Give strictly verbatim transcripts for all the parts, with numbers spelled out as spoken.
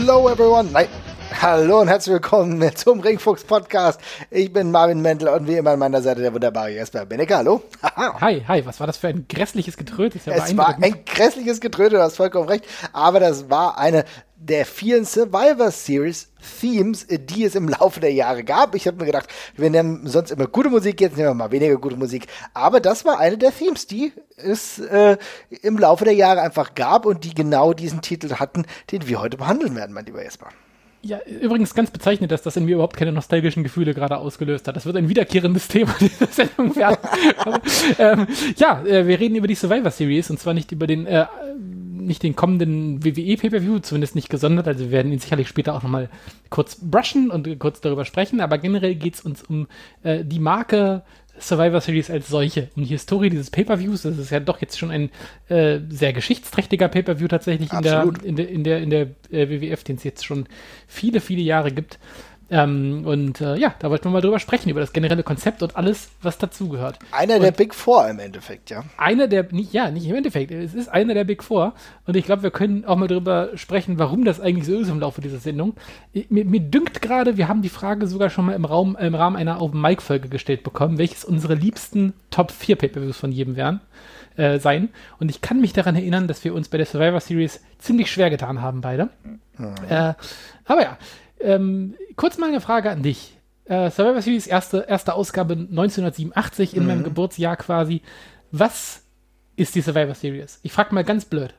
Hello everyone. Nein. Hallo und herzlich willkommen zum Ringfuchs Podcast. Ich bin Marvin Mendel und wie immer an meiner Seite der wunderbare Jesper Benecke. Hallo. Hi, hi. Was war das für ein grässliches Getröte? Ja, es war ein grässliches Getröte, du hast vollkommen recht. Aber das war eine der vielen Survivor Series Themes, die es im Laufe der Jahre gab. Ich habe mir gedacht, wir nehmen sonst immer gute Musik, jetzt nehmen wir mal weniger gute Musik. Aber das war eine der Themes, die es äh, im Laufe der Jahre einfach gab und die genau diesen Titel hatten, den wir heute behandeln werden, mein lieber Jesper. Ja, übrigens ganz bezeichnend, dass das in mir überhaupt keine nostalgischen Gefühle gerade ausgelöst hat. Das wird ein wiederkehrendes Thema dieser Sendung werden. Aber, ähm, ja, äh, wir reden über die Survivor Series und zwar nicht über den äh, nicht den kommenden W W E Pay-Per-View, zumindest nicht gesondert. Also wir werden ihn sicherlich später auch nochmal kurz brushen und kurz darüber sprechen. Aber generell geht es uns um äh, die Marke Survivor Series als solche, um die Historie dieses Pay-Per-Views. Das ist ja doch jetzt schon ein äh, sehr geschichtsträchtiger Pay-Per-View tatsächlich in der, in der in der in der äh, W W F, den es jetzt schon viele, viele Jahre gibt. Ähm, und äh, ja, da wollten wir mal drüber sprechen, über das generelle Konzept und alles, was dazugehört. Einer und der Big Four im Endeffekt, ja. Einer der, nicht, ja, nicht im Endeffekt, es ist einer der Big Four. Und ich glaube, wir können auch mal drüber sprechen, warum das eigentlich so ist im Laufe dieser Sendung. Mir, mir dünkt gerade, wir haben die Frage sogar schon mal im, Raum, im Rahmen einer Open-Mic-Folge gestellt bekommen, welches unsere liebsten Top vier Pay-Per-Views von jedem wären. Äh, sein. Und ich kann mich daran erinnern, dass wir uns bei der Survivor Series ziemlich schwer getan haben, beide. Mhm. Äh, aber ja, ähm, kurz mal eine Frage an dich. Äh, Survivor Series, erste, erste Ausgabe neunzehnhundertsiebenundachtzig, in mhm. meinem Geburtsjahr quasi. Was ist die Survivor Series? Ich frage mal ganz blöd.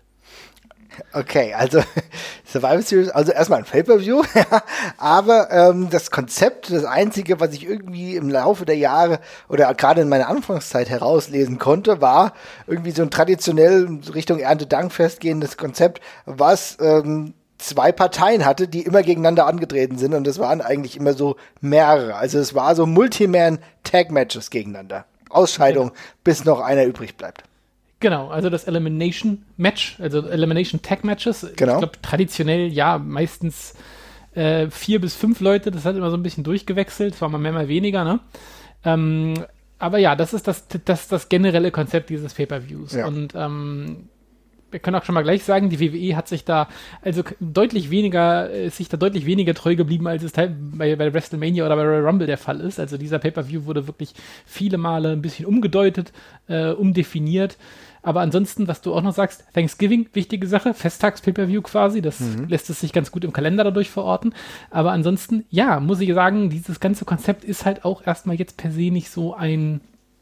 Okay, also Survivor Series, also erstmal ein Pay-Per-View, aber ähm, das Konzept, das Einzige, was ich irgendwie im Laufe der Jahre oder gerade in meiner Anfangszeit herauslesen konnte, war irgendwie so ein traditionell Richtung Erntedankfest gehendes Konzept, was ähm, zwei Parteien hatte, die immer gegeneinander angetreten sind und das waren eigentlich immer so mehrere. Also es war so Multiman-Tag-Matches gegeneinander. Ausscheidung, ja. Bis noch einer übrig bleibt. Genau, also das Elimination-Match, also Elimination-Tag-Matches. Genau. Ich glaube, traditionell, ja, meistens äh, vier bis fünf Leute, das hat immer so ein bisschen durchgewechselt, war mal mehr, mal weniger, ne? Ähm, aber ja, das ist das, das, das generelle Konzept dieses Pay-Per-Views. Ja. Und ähm, wir können auch schon mal gleich sagen, die W W E hat sich da also deutlich weniger, ist sich da deutlich weniger treu geblieben, als es bei, bei WrestleMania oder bei Royal Rumble der Fall ist. Also dieser Pay-Per-View wurde wirklich viele Male ein bisschen umgedeutet, äh, umdefiniert. Aber ansonsten, was du auch noch sagst, Thanksgiving, wichtige Sache, Festtags-Pay-Per-View quasi, das mhm. lässt es sich ganz gut im Kalender dadurch verorten. Aber ansonsten, ja, muss ich sagen, dieses ganze Konzept ist halt auch erstmal jetzt per se nicht so ein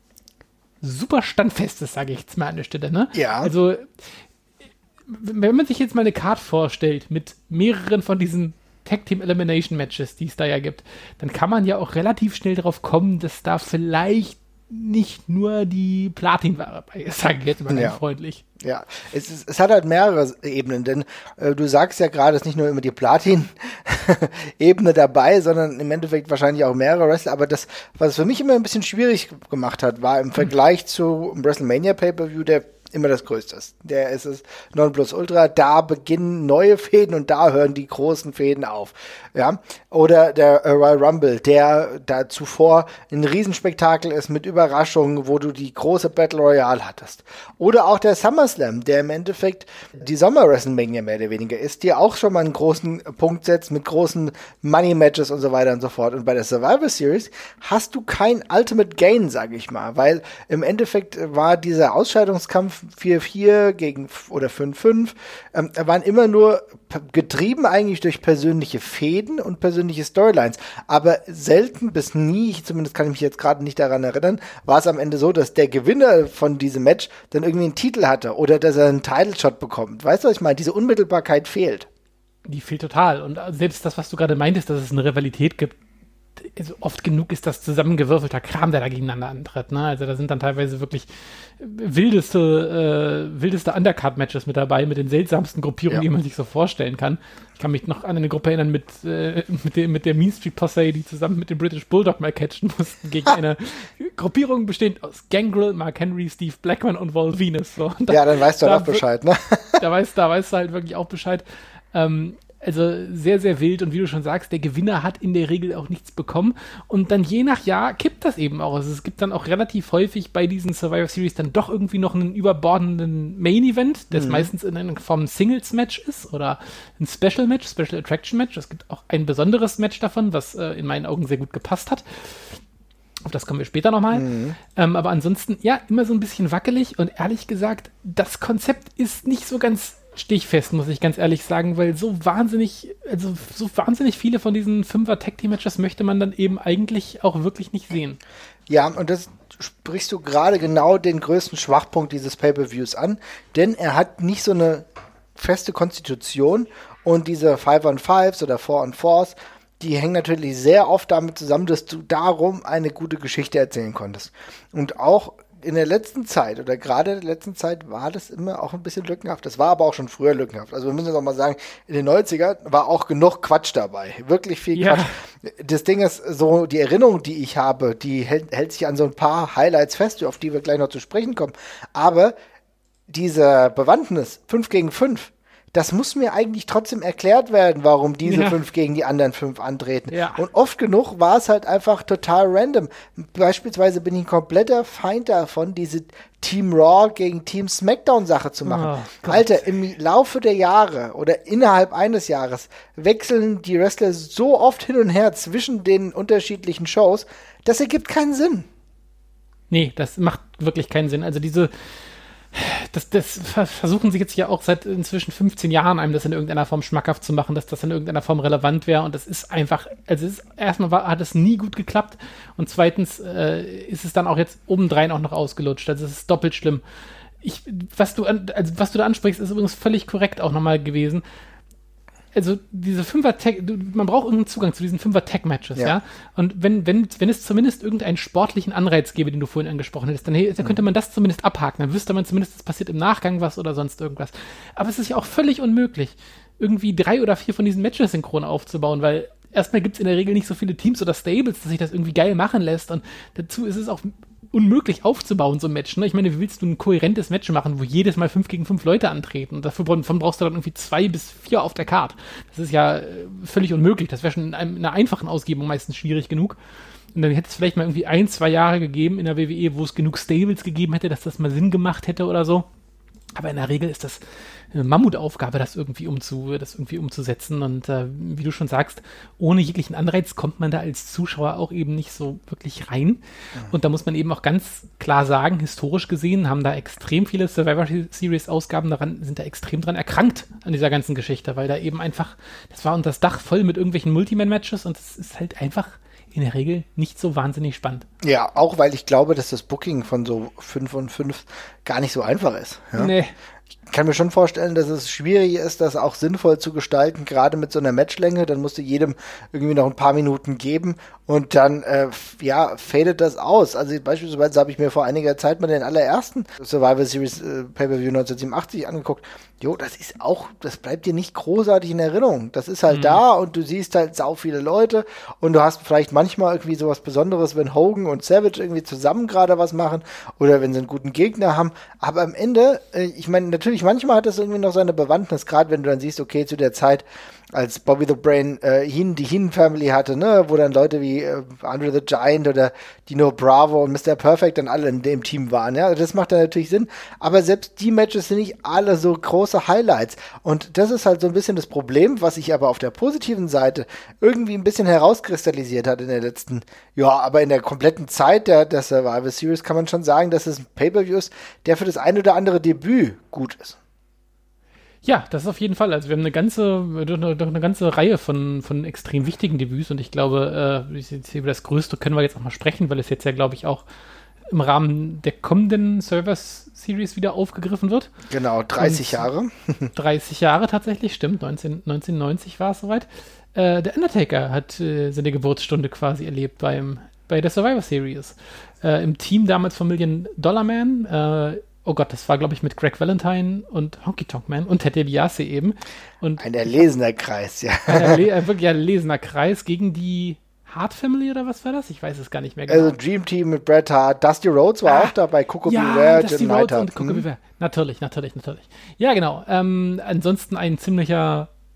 super standfestes, sage ich jetzt mal an der Stelle, ne? Ja. Also wenn man sich jetzt mal eine Card vorstellt mit mehreren von diesen Tag-Team-Elimination-Matches, die es da ja gibt, dann kann man ja auch relativ schnell drauf kommen, dass da vielleicht nicht nur die Platin-Ware bei ist, sage ich jetzt mal ganz ja. freundlich. Ja, es, ist, es hat halt mehrere Ebenen, denn äh, du sagst ja gerade, es ist nicht nur immer die Platin-Ebene dabei, sondern im Endeffekt wahrscheinlich auch mehrere Wrestler, aber das, was es für mich immer ein bisschen schwierig gemacht hat, war im Vergleich mhm. zu WrestleMania Pay-Per-View der immer das Größte ist. Der ist es Nonplusultra, da beginnen neue Fäden und da hören die großen Fäden auf. Ja, oder der äh, Royal Rumble, der da zuvor ein Riesenspektakel ist mit Überraschungen, wo du die große Battle Royale hattest. Oder auch der SummerSlam, der im Endeffekt die Sommer-WrestleMania mehr oder weniger ist, die auch schon mal einen großen Punkt setzt mit großen Money-Matches und so weiter und so fort. Und bei der Survivor Series hast du kein Ultimate Gain, sage ich mal, weil im Endeffekt war dieser Ausscheidungskampf vier vier gegen oder fünf fünf, ähm, waren immer nur p- getrieben eigentlich durch persönliche Fäden und persönliche Storylines, aber selten bis nie, zumindest kann ich mich jetzt gerade nicht daran erinnern, war es am Ende so, dass der Gewinner von diesem Match dann irgendwie einen Titel hatte oder dass er einen Title-Shot bekommt. Weißt du, was ich meine? Diese Unmittelbarkeit fehlt. Die fehlt total und selbst das, was du gerade meintest, dass es eine Rivalität gibt, also oft genug ist das zusammengewürfelter Kram, der da gegeneinander antritt, ne? Also da sind dann teilweise wirklich wildeste, äh, wildeste Undercard-Matches mit dabei, mit den seltsamsten Gruppierungen, ja. die man sich so vorstellen kann. Ich kann mich noch an eine Gruppe erinnern mit, äh, mit, der, mit der Mean Street Posse, die zusammen mit dem British Bulldog mal catchen mussten, gegen eine Gruppierung bestehend aus Gangrel, Mark Henry, Steve Blackman und Val Venus. So. Da, ja, dann weißt du da auch Bescheid, ne? da, weißt, da weißt du halt wirklich auch Bescheid. Ähm, Also sehr, sehr wild und wie du schon sagst, der Gewinner hat in der Regel auch nichts bekommen und dann je nach Jahr kippt das eben auch. Also es gibt dann auch relativ häufig bei diesen Survivor Series dann doch irgendwie noch einen überbordenden Main-Event, das mhm. meistens in einer Form Singles-Match ist oder ein Special-Match, Special Attraction-Match. Es gibt auch ein besonderes Match davon, was äh, in meinen Augen sehr gut gepasst hat. Auf das kommen wir später nochmal. Mhm. Ähm, aber ansonsten, ja, immer so ein bisschen wackelig und ehrlich gesagt, das Konzept ist nicht so ganz stichfest, muss ich ganz ehrlich sagen, weil so wahnsinnig, also so wahnsinnig viele von diesen Fünfer-Tag-Team-Matches möchte man dann eben eigentlich auch wirklich nicht sehen. Ja, und das sprichst du gerade genau den größten Schwachpunkt dieses Pay-Per-Views an, denn er hat nicht so eine feste Konstitution und diese Five-on-Fives oder Four-on-Fours, die hängen natürlich sehr oft damit zusammen, dass du darum eine gute Geschichte erzählen konntest. Und auch in der letzten Zeit oder gerade in der letzten Zeit war das immer auch ein bisschen lückenhaft. Das war aber auch schon früher lückenhaft. Also wir müssen jetzt auch mal sagen, in den neunzigern war auch genug Quatsch dabei. Wirklich viel ja. Quatsch. Das Ding ist so, die Erinnerung, die ich habe, die hält, hält sich an so ein paar Highlights fest, auf die wir gleich noch zu sprechen kommen. Aber diese Bewandtnis, fünf gegen fünf, das muss mir eigentlich trotzdem erklärt werden, warum diese ja. fünf gegen die anderen fünf antreten. Ja. Und oft genug war es halt einfach total random. Beispielsweise bin ich ein kompletter Feind davon, diese Team Raw gegen Team SmackDown Sache zu machen. Oh, Alter, im Laufe der Jahre oder innerhalb eines Jahres wechseln die Wrestler so oft hin und her zwischen den unterschiedlichen Shows, das ergibt keinen Sinn. Nee, das macht wirklich keinen Sinn. Also diese Das, das versuchen sie jetzt ja auch seit inzwischen fünfzehn Jahren, einem das in irgendeiner Form schmackhaft zu machen, dass das in irgendeiner Form relevant wäre. Und das ist einfach, also es ist, erstmal war, hat es nie gut geklappt und zweitens äh, ist es dann auch jetzt obendrein auch noch ausgelutscht. Also es ist doppelt schlimm. Ich, was du, an, also was du da ansprichst, ist übrigens völlig korrekt auch nochmal gewesen. Also diese Fünfer-Tag, man braucht irgendeinen Zugang zu diesen Fünfer-Tag-Matches, ja. ja. Und wenn, wenn, wenn es zumindest irgendeinen sportlichen Anreiz gäbe, den du vorhin angesprochen hättest, dann, dann könnte man das zumindest abhaken. Dann wüsste man zumindest, es passiert im Nachgang was oder sonst irgendwas. Aber es ist ja auch völlig unmöglich, irgendwie drei oder vier von diesen Matches synchron aufzubauen, weil erstmal gibt es in der Regel nicht so viele Teams oder Stables, dass sich das irgendwie geil machen lässt. Und dazu ist es auch unmöglich aufzubauen, so ein Match. Ne? Ich meine, wie willst du ein kohärentes Match machen, wo jedes Mal fünf gegen fünf Leute antreten? Und dafür davon brauchst du dann irgendwie zwei bis vier auf der Karte. Das ist ja äh, völlig unmöglich. Das wäre schon in, einem, in einer einfachen Ausgebung meistens schwierig genug. Und dann hätte es vielleicht mal irgendwie ein, zwei Jahre gegeben in der W W E, wo es genug Stables gegeben hätte, dass das mal Sinn gemacht hätte oder so. Aber in der Regel ist das eine Mammutaufgabe, das irgendwie, umzu, das irgendwie umzusetzen. Und äh, wie du schon sagst, ohne jeglichen Anreiz kommt man da als Zuschauer auch eben nicht so wirklich rein. Mhm. Und da muss man eben auch ganz klar sagen, historisch gesehen haben da extrem viele Survivor Series Ausgaben daran, sind da extrem dran erkrankt an dieser ganzen Geschichte, weil da eben einfach, das war unter das Dach voll mit irgendwelchen Multiman-Matches und es ist halt einfach in der Regel nicht so wahnsinnig spannend. Ja, auch weil ich glaube, dass das Booking von so fünf und fünf gar nicht so einfach ist. Ja? Nee. Ich kann mir schon vorstellen, dass es schwierig ist, das auch sinnvoll zu gestalten, gerade mit so einer Matchlänge. Dann musst du jedem irgendwie noch ein paar Minuten geben und dann, äh, ja, fadet das aus. Also beispielsweise habe ich mir vor einiger Zeit mal den allerersten Survivor Series äh, Pay-Per-View neunzehnhundertsiebenundachtzig angeguckt. Jo, das ist auch, das bleibt dir nicht großartig in Erinnerung. Das ist halt mhm. da und du siehst halt sau viele Leute und du hast vielleicht manchmal irgendwie sowas Besonderes, wenn Hogan und Savage irgendwie zusammen gerade was machen oder wenn sie einen guten Gegner haben. Aber am Ende, äh, ich meine, natürlich manchmal hat das irgendwie noch seine Bewandtnis, gerade wenn du dann siehst, okay, zu der Zeit, als Bobby the Brain äh, Heenan, die Heenan-Family hatte, ne, wo dann Leute wie äh, Andre the Giant oder Dino Bravo und Mister Perfect dann alle in dem Team waren, ja, das macht dann natürlich Sinn, aber selbst die Matches sind nicht alle so große Highlights und das ist halt so ein bisschen das Problem, was sich aber auf der positiven Seite irgendwie ein bisschen herauskristallisiert hat in der letzten, ja, aber in der kompletten Zeit der, der Survivor Series kann man schon sagen, dass es ein Pay-Per-View ist, der für das ein oder andere Debüt gut ist. Ja, das ist auf jeden Fall. Also wir haben eine ganze, eine, eine ganze Reihe von, von extrem wichtigen Debüts und ich glaube, äh, über das Größte können wir jetzt auch mal sprechen, weil es jetzt ja, glaube ich, auch im Rahmen der kommenden Survivor Series wieder aufgegriffen wird. Genau, dreißig und Jahre. dreißig Jahre tatsächlich, stimmt. neunzehnhundertneunzig war es soweit. Äh, der Undertaker hat äh, seine Geburtsstunde quasi erlebt beim, bei der Survivor Series. Äh, Im Team damals von Million Dollar Man, äh, oh Gott, das war, glaube ich, mit Greg Valentine und Honky Tonk Man und Ted DiBiase eben. Und ein erlesener Kreis, ja. Ein erle- wirklich ein erlesener Kreis gegen die Hart Family oder was war das? Ich weiß es gar nicht mehr genau. Also Dream Team mit Bret Hart, Dusty Rhodes war ah, auch dabei, Coco ja, Beware, Dusty Rhodes und Coco Beware. Natürlich, natürlich, natürlich. Ja, genau. Ähm, ansonsten ein ziemlicher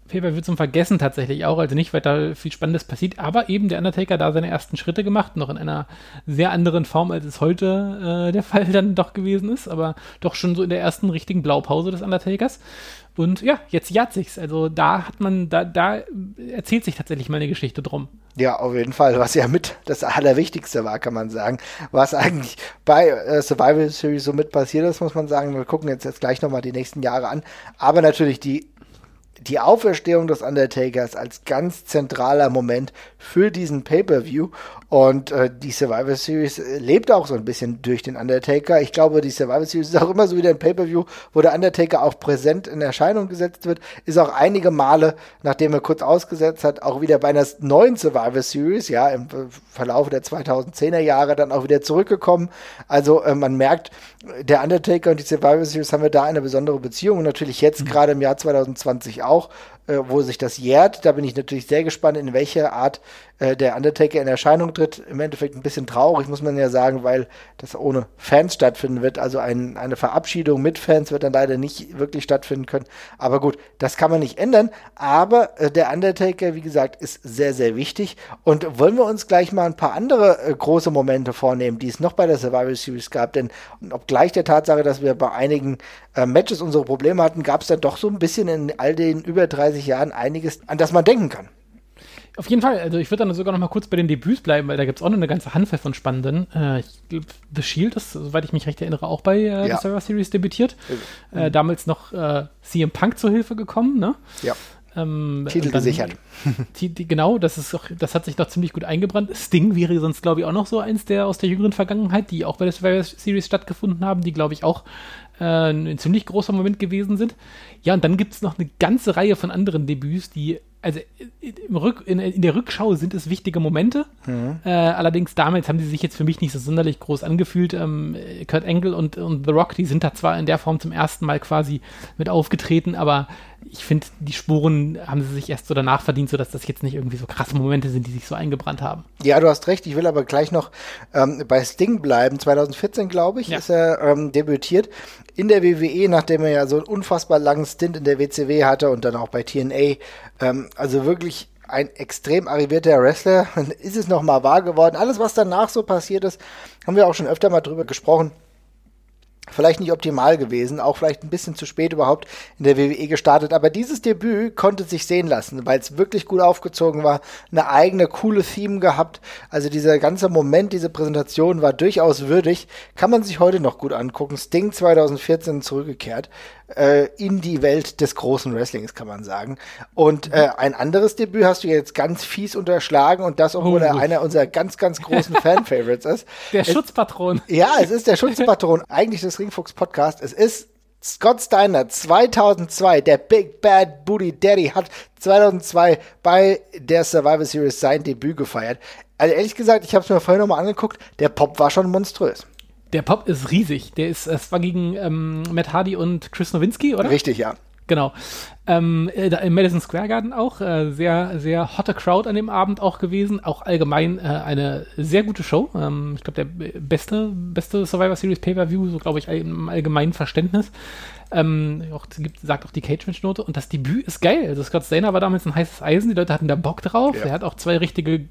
Pay-Per-View zum Vergessen tatsächlich auch, also nicht weiter viel Spannendes passiert, aber eben der Undertaker da seine ersten Schritte gemacht, noch in einer sehr anderen Form, als es heute äh, der Fall dann doch gewesen ist, aber doch schon so in der ersten richtigen Blaupause des Undertakers. Und ja, jetzt jährt sich's. Also da hat man, da, da erzählt sich tatsächlich mal eine Geschichte drum. Ja, auf jeden Fall. Was ja mit das Allerwichtigste war, kann man sagen. Was eigentlich bei äh, Survival Series so mit passiert ist, muss man sagen. Wir gucken jetzt, jetzt gleich nochmal die nächsten Jahre an. Aber natürlich die Die Auferstehung des Undertakers als ganz zentraler Moment für diesen Pay-Per-View und äh, die Survivor Series lebt auch so ein bisschen durch den Undertaker. Ich glaube, die Survivor Series ist auch immer so wieder ein Pay-Per-View, wo der Undertaker auch präsent in Erscheinung gesetzt wird. Ist auch einige Male, nachdem er kurz ausgesetzt hat, auch wieder bei einer neuen Survivor Series, ja, im Verlauf der zweitausendzehner Jahre dann auch wieder zurückgekommen. Also äh, man merkt, der Undertaker und die Survivor Series haben wir da eine besondere Beziehung und natürlich jetzt mhm. gerade im Jahr zweitausendzwanzig auch, äh, wo sich das jährt. Da bin ich natürlich sehr gespannt, in welcher Art äh, der Undertaker in Erscheinung tritt. Im Endeffekt ein bisschen traurig, muss man ja sagen, weil das ohne Fans stattfinden wird. Also ein, eine Verabschiedung mit Fans wird dann leider nicht wirklich stattfinden können. Aber gut, das kann man nicht ändern. Aber äh, der Undertaker, wie gesagt, ist sehr, sehr wichtig. Und wollen wir uns gleich mal ein paar andere äh, große Momente vornehmen, die es noch bei der Survivor Series gab. Denn obgleich der Tatsache, dass wir bei einigen äh, Matches unsere Probleme hatten, gab es dann doch so ein bisschen in all den über dreißig Jahren einiges, an das man denken kann. Auf jeden Fall, also ich würde dann sogar noch mal kurz bei den Debüts bleiben, weil da gibt es auch noch eine ganze Handvoll von spannenden. Äh, ich glaube, The Shield ist, soweit ich mich recht erinnere, auch bei äh, ja. der Survivor Series debütiert. Mhm. Äh, damals noch äh, C M Punk zur Hilfe gekommen, ne? Ja. Ähm, Titel dann, gesichert. Die, die, genau, das ist auch, das hat sich noch ziemlich gut eingebrannt. Sting wäre sonst, glaube ich, auch noch so eins der aus der jüngeren Vergangenheit, die auch bei der Survivor Series stattgefunden haben, die, glaube ich, auch äh, ein ziemlich großer Moment gewesen sind. Ja, und dann gibt es noch eine ganze Reihe von anderen Debüts, die, also im Rück, in, in der Rückschau sind es wichtige Momente. Mhm. Äh, allerdings damals haben sie sich jetzt für mich nicht so sonderlich groß angefühlt. Ähm, Kurt Angle und, und The Rock, die sind da zwar in der Form zum ersten Mal quasi mit aufgetreten, aber ich finde, die Spuren haben sie sich erst so danach verdient, sodass das jetzt nicht irgendwie so krasse Momente sind, die sich so eingebrannt haben. Ja, du hast recht. Ich will aber gleich noch ähm, bei Sting bleiben. zweitausendvierzehn, glaube ich, ja. ist er ähm, debütiert in der W W E, nachdem er ja so einen unfassbar langen Stint in der W C W hatte und dann auch bei T N A. Ähm, also wirklich ein extrem arrivierter Wrestler. Ist es nochmal wahr geworden. Alles, was danach so passiert ist, haben wir auch schon öfter mal drüber gesprochen. Vielleicht nicht optimal gewesen, auch vielleicht ein bisschen zu spät überhaupt in der W W E gestartet, aber dieses Debüt konnte sich sehen lassen, weil es wirklich gut aufgezogen war, eine eigene coole Theme gehabt, also dieser ganze Moment, diese Präsentation war durchaus würdig, kann man sich heute noch gut angucken. Sting zweitausendvierzehn zurückgekehrt äh, in die Welt des großen Wrestlings, kann man sagen. Und äh, ein anderes Debüt hast du jetzt ganz fies unterschlagen und das, obwohl oh, er einer unserer ganz, ganz großen Fan-Favorites ist. Der es, Schutzpatron. Ja, es ist der Schutzpatron eigentlich des Ringfuchs Podcast. Es ist Scott Steiner zweitausendzwei, der Big Bad Booty Daddy hat zweitausendzwei bei der Survivor Series sein Debüt gefeiert. Also ehrlich gesagt, ich habe es mir vorhin nochmal angeguckt, der Pop war schon monströs. Der Pop ist riesig. Der ist, es war gegen ähm, Matt Hardy und Chris Nowinski, oder? Richtig, ja. Genau. Ähm, im Madison Square Garden auch. Äh, sehr, sehr hotte Crowd an dem Abend auch gewesen. Auch allgemein äh, eine sehr gute Show. Ähm, ich glaube, der beste, beste Survivor Series Pay-Per-View, so glaube ich, im allgemeinen Verständnis. Ähm, auch, gibt, sagt auch die Cage-Match-Note. Und das Debüt ist geil. Also Scott Steiner war damals ein heißes Eisen. Die Leute hatten da Bock drauf. Ja. Er hat auch zwei richtige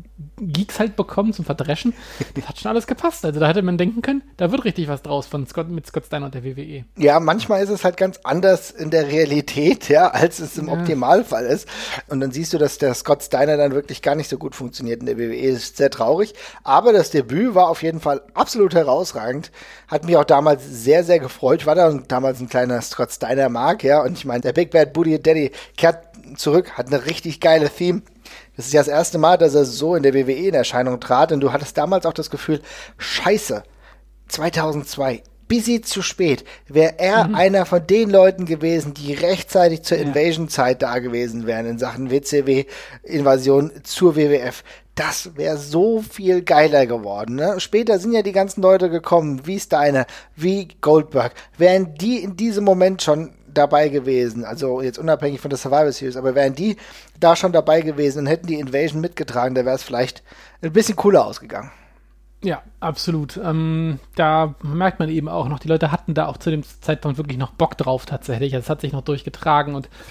Geeks halt bekommen zum Verdreschen. Das hat schon alles gepasst. Also da hätte man denken können, da wird richtig was draus von Scott, mit Scott Steiner und der W W E. Ja, manchmal ist es halt ganz anders in der Realität, ja, als es im ja. Optimalfall ist. Und dann siehst du, dass der Scott Steiner dann wirklich gar nicht so gut funktioniert in der W W E. Das ist sehr traurig. Aber das Debüt war auf jeden Fall absolut herausragend. Hat mich auch damals sehr, sehr gefreut. Ich war da damals ein kleiner Scott Steiner-Mark, ja. Und ich meine, der Big Bad Booty Daddy kehrt zurück, hat eine richtig geile Theme. Das ist ja das erste Mal, dass er so in der W W E in Erscheinung trat und du hattest damals auch das Gefühl, scheiße, zweitausendzwei, busy zu spät, wäre er mhm. einer von den Leuten gewesen, die rechtzeitig zur ja. Invasion-Zeit da gewesen wären in Sachen W C W-Invasion zur W W F. Das wäre so viel geiler geworden. Ne? Später sind ja die ganzen Leute gekommen, wie Steiner, wie Goldberg. Wären die in diesem Moment schon dabei gewesen, also jetzt unabhängig von der Survivor Series, aber wären die da schon dabei gewesen und hätten die Invasion mitgetragen, da wäre es vielleicht ein bisschen cooler ausgegangen. Ja, absolut. Ähm, da merkt man eben auch noch, die Leute hatten da auch zu dem Zeitpunkt wirklich noch Bock drauf tatsächlich. Das hat sich noch durchgetragen und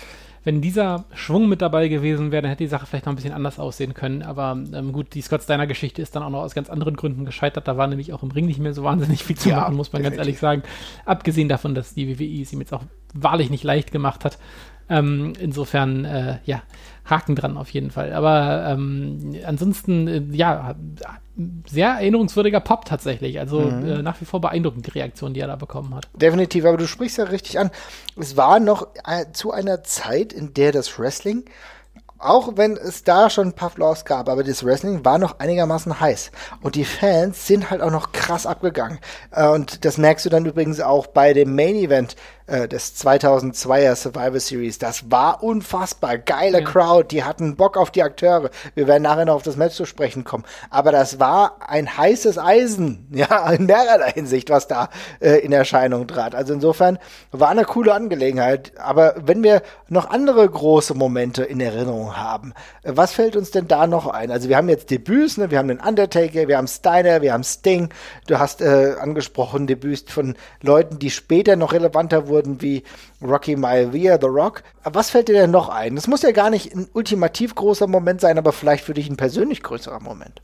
wenn dieser Schwung mit dabei gewesen wäre, dann hätte die Sache vielleicht noch ein bisschen anders aussehen können. Aber ähm, gut, die Scott Steiner-Geschichte ist dann auch noch aus ganz anderen Gründen gescheitert. Da war nämlich auch im Ring nicht mehr so wahnsinnig viel zu Ja, machen, muss man ganz ehrlich sagen. Abgesehen davon, dass die W W E es ihm jetzt auch wahrlich nicht leicht gemacht hat. Ähm, insofern, äh, ja, Haken dran auf jeden Fall. Aber ähm, ansonsten, äh, ja, sehr erinnerungswürdiger Pop tatsächlich. Also mhm. äh, nach wie vor beeindruckend die Reaktion, die er da bekommen hat. Definitiv, aber du sprichst ja richtig an. Es war noch äh, zu einer Zeit, in der das Wrestling, auch wenn es da schon ein paar Flaws gab, aber das Wrestling war noch einigermaßen heiß. Und die Fans sind halt auch noch krass abgegangen. Äh, und das merkst du dann übrigens auch bei dem Main Event äh, des zweitausendzweier Survivor Series. Das war unfassbar. Geile ja. Crowd, die hatten Bock auf die Akteure. Wir werden nachher noch auf das Match zu sprechen kommen. Aber das war ein heißes Eisen, ja, in mehrerlei Hinsicht, was da äh, in Erscheinung trat. Also insofern war eine coole Angelegenheit. Aber wenn wir noch andere große Momente in Erinnerung haben, äh, was fällt uns denn da noch ein? Also wir haben jetzt Debüts, ne? Wir haben den Undertaker, wir haben Steiner, wir haben Sting. Du hast äh, angesprochen Debüts von Leuten, die später noch relevanter wurden, wie Rocky Maivia, The Rock. Was fällt dir denn noch ein? Das muss ja gar nicht ein ultimativ großer Moment sein, aber vielleicht für dich ein persönlich größerer Moment.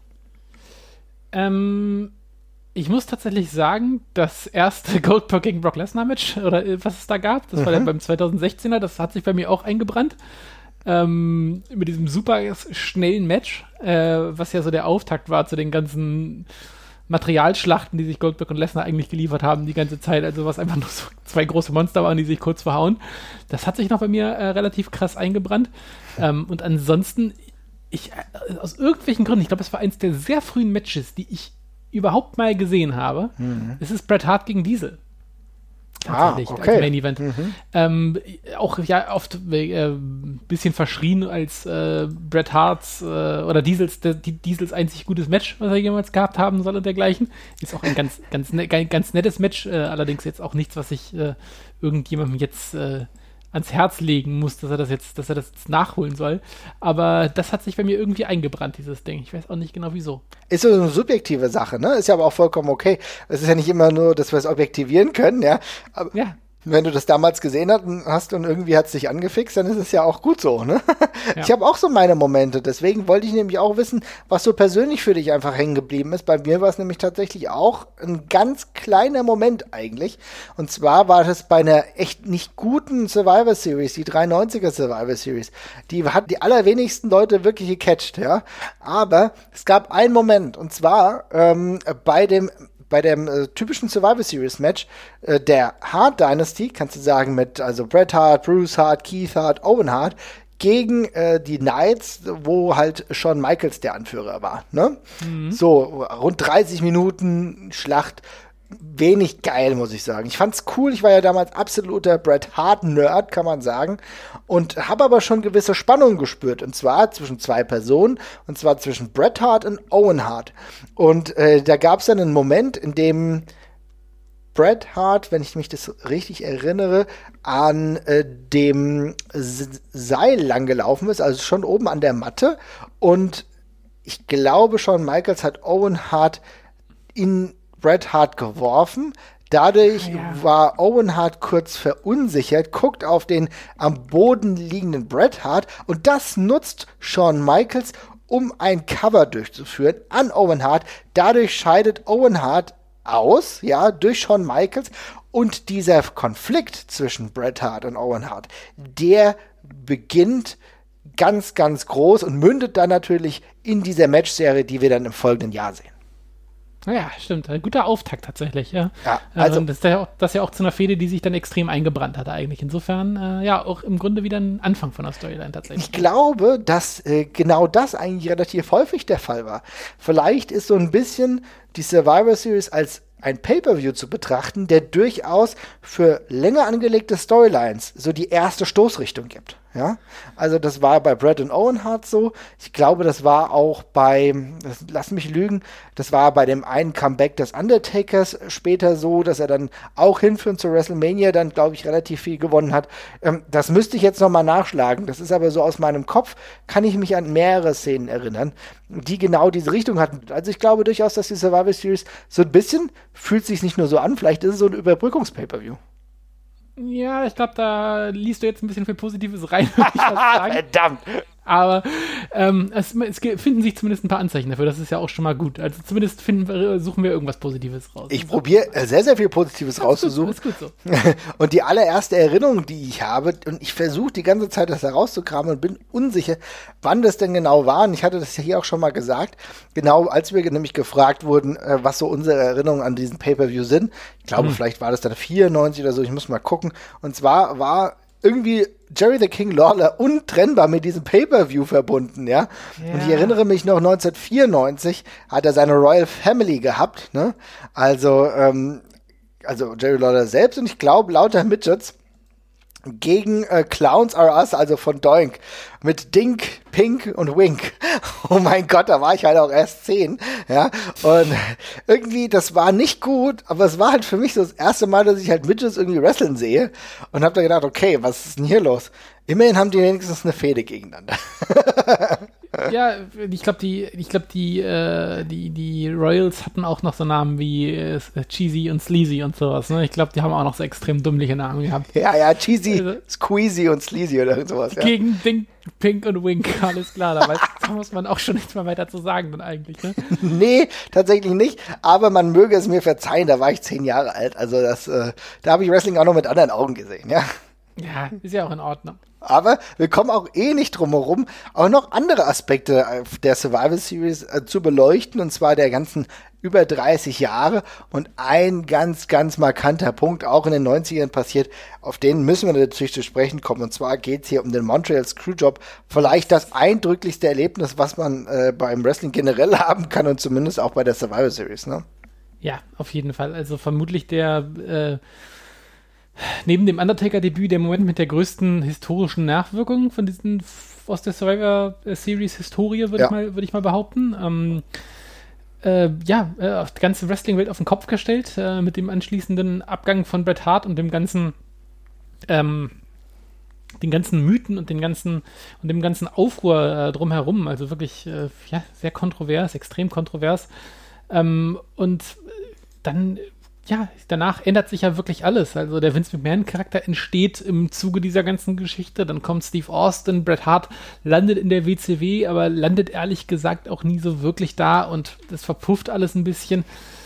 Ähm, ich muss tatsächlich sagen, das erste Goldberg gegen Brock Lesnar Match, oder was es da gab, das mhm. war ja beim zweitausendsechzehner, das hat sich bei mir auch eingebrannt. Ähm, mit diesem super schnellen Match, äh, was ja so der Auftakt war zu den ganzen Materialschlachten, die sich Goldberg und Lesnar eigentlich geliefert haben die ganze Zeit, also was einfach nur so zwei große Monster waren, die sich kurz verhauen. Das hat sich noch bei mir äh, relativ krass eingebrannt. Ähm, und ansonsten, ich, äh, aus irgendwelchen Gründen, ich glaube, es war eins der sehr frühen Matches, die ich überhaupt mal gesehen habe. Mhm. Es ist Bret Hart gegen Diesel. Tatsächlich, ah, okay. als Main Event. Mhm. Ähm, auch ja oft ein äh, bisschen verschrien als äh, Bret Harts äh, oder Diesels, der, die Diesels einzig gutes Match, was er jemals gehabt haben soll und dergleichen. Ist auch ein ganz, ganz, ne, ganz nettes Match, äh, allerdings jetzt auch nichts, was ich äh, irgendjemandem jetzt äh, ans Herz legen muss, dass er das jetzt, dass er das jetzt nachholen soll. Aber das hat sich bei mir irgendwie eingebrannt, dieses Ding. Ich weiß auch nicht genau wieso. Ist so eine subjektive Sache, ne? Ist ja aber auch vollkommen okay. Es ist ja nicht immer nur, dass wir es objektivieren können, ja. Aber ja. Wenn du das damals gesehen hast und irgendwie hat es dich angefixt, dann ist es ja auch gut so, ne? Ja. Ich habe auch so meine Momente. Deswegen wollte ich nämlich auch wissen, was so persönlich für dich einfach hängen geblieben ist. Bei mir war es nämlich tatsächlich auch ein ganz kleiner Moment eigentlich. Und zwar war das bei einer echt nicht guten Survivor Series, die dreiundneunziger Survivor Series. Die hat die allerwenigsten Leute wirklich gecatcht, ja. Aber es gab einen Moment, und zwar ähm, bei dem bei dem äh, typischen Survivor Series Match äh, der Hart Dynasty, kannst du sagen, mit also Bret Hart, Bruce Hart, Keith Hart, Owen Hart, gegen äh, die Knights, wo halt Shawn Michaels der Anführer war, ne? Mhm. So, rund dreißig Minuten Schlacht. Wenig geil, muss ich sagen. Ich fand's cool, ich war ja damals absoluter Bret Hart-Nerd, kann man sagen, und habe aber schon gewisse Spannungen gespürt, und zwar zwischen zwei Personen, und zwar zwischen Bret Hart und Owen Hart. Und äh, da gab's dann einen Moment, in dem Bret Hart, wenn ich mich das richtig erinnere, an äh, dem S- Seil lang gelaufen ist, also schon oben an der Matte, und ich glaube, Shawn Michaels hat Owen Hart in Bret Hart geworfen. Dadurch ja. war Owen Hart kurz verunsichert, guckt auf den am Boden liegenden Bret Hart, und das nutzt Shawn Michaels, um ein Cover durchzuführen an Owen Hart. Dadurch scheidet Owen Hart aus, ja, durch Shawn Michaels, und dieser Konflikt zwischen Bret Hart und Owen Hart, der beginnt ganz, ganz groß und mündet dann natürlich in dieser Matchserie, die wir dann im folgenden Jahr sehen. Ja, stimmt. Ein guter Auftakt tatsächlich, ja. ja also, das ist ja auch, das ist ja auch zu einer Fehde, die sich dann extrem eingebrannt hatte eigentlich. Insofern, äh, ja, auch im Grunde wieder ein Anfang von der Storyline tatsächlich. Ich glaube, dass äh, genau das eigentlich relativ häufig der Fall war. Vielleicht ist so ein bisschen die Survivor Series als ein Pay-Per-View zu betrachten, der durchaus für länger angelegte Storylines so die erste Stoßrichtung gibt. Ja, also das war bei Bret und Owen Hart so. Ich glaube, das war auch bei, lass mich lügen, das war bei dem einen Comeback des Undertakers später so, dass er dann auch hinführend zur WrestleMania dann, glaube ich, relativ viel gewonnen hat. Ähm, das müsste ich jetzt nochmal nachschlagen. Das ist aber so aus meinem Kopf, kann ich mich an mehrere Szenen erinnern, die genau diese Richtung hatten. Also ich glaube durchaus, dass die Survivor Series so ein bisschen, fühlt sich nicht nur so an, vielleicht ist es so ein Überbrückungs-Pay-Per-View. Ja, ich glaube, da liest du jetzt ein bisschen viel Positives rein, würde ich fast sagen. Verdammt! Aber ähm, es, es finden sich zumindest ein paar Anzeichen dafür, das ist ja auch schon mal gut. Also zumindest finden wir, suchen wir irgendwas Positives raus. Ich probiere sehr, sehr viel Positives das rauszusuchen. Ist gut, das ist gut so. Und die allererste Erinnerung, die ich habe, und ich versuche die ganze Zeit das herauszukramen und bin unsicher, wann das denn genau war. Und ich hatte das ja hier auch schon mal gesagt, genau als wir nämlich gefragt wurden, was so unsere Erinnerungen an diesen Pay-Per-View sind. Ich glaube, hm. vielleicht war das dann vierundneunzig oder so, ich muss mal gucken. Und zwar war irgendwie Jerry the King Lawler untrennbar mit diesem Pay-Per-View verbunden, ja? ja. Und ich erinnere mich noch, neunzehnhundertvierundneunzig hat er seine Royal Family gehabt, ne? Also, ähm, also Jerry Lawler selbst und ich glaube lauter Midgets gegen äh, Clowns Are Us, also von Doink, mit Dink, Pink und Wink. Oh mein Gott, da war ich halt auch erst zehn, ja, und irgendwie, das war nicht gut, aber es war halt für mich so das erste Mal, dass ich halt Midgets irgendwie wrestlen sehe und hab da gedacht, okay, was ist denn hier los? Immerhin haben die wenigstens eine Fehde gegeneinander. Ja, ich glaube, die, ich glaube, die, äh, die, die Royals hatten auch noch so Namen wie äh, Cheesy und Sleazy und sowas, ne? Ich glaube, die haben auch noch so extrem dummliche Namen gehabt. Ja, ja, Cheesy, also, Squeezy und Sleazy oder sowas, ja. Gegen Ding, Pink und Wink, alles klar, da, weiß, da muss man auch schon nichts mehr weiter zu sagen dann eigentlich, ne? Nee, tatsächlich nicht, aber man möge es mir verzeihen, da war ich zehn Jahre alt, also das, äh, da habe ich Wrestling auch noch mit anderen Augen gesehen, ja. Ja, ist ja auch in Ordnung. Aber wir kommen auch eh nicht drum herum, auch noch andere Aspekte der Survivor Series äh, zu beleuchten, und zwar der ganzen über dreißig Jahre. Und ein ganz, ganz markanter Punkt, auch in den neunzigern passiert, auf den müssen wir natürlich zu sprechen kommen. Und zwar geht es hier um den Montreal Screwjob. Vielleicht das eindrücklichste Erlebnis, was man äh, beim Wrestling generell haben kann und zumindest auch bei der Survivor Series, ne? Ja, auf jeden Fall. Also vermutlich der äh neben dem Undertaker-Debüt der Moment mit der größten historischen Nachwirkung von diesen aus der Survivor Series Historie, würde ja. ich mal, würde ich mal behaupten. Ähm, äh, ja, äh, die ganze Wrestling-Welt auf den Kopf gestellt, äh, mit dem anschließenden Abgang von Bret Hart und dem ganzen, ähm, den ganzen Mythen und den ganzen und dem ganzen Aufruhr äh, drumherum. Also wirklich, äh, ja, sehr kontrovers, extrem kontrovers. Ähm, und dann ja, danach ändert sich ja wirklich alles. Also der Vince McMahon-Charakter entsteht im Zuge dieser ganzen Geschichte. Dann kommt Steve Austin, Bret Hart landet in der W C W, aber landet ehrlich gesagt auch nie so wirklich da und das verpufft alles ein bisschen.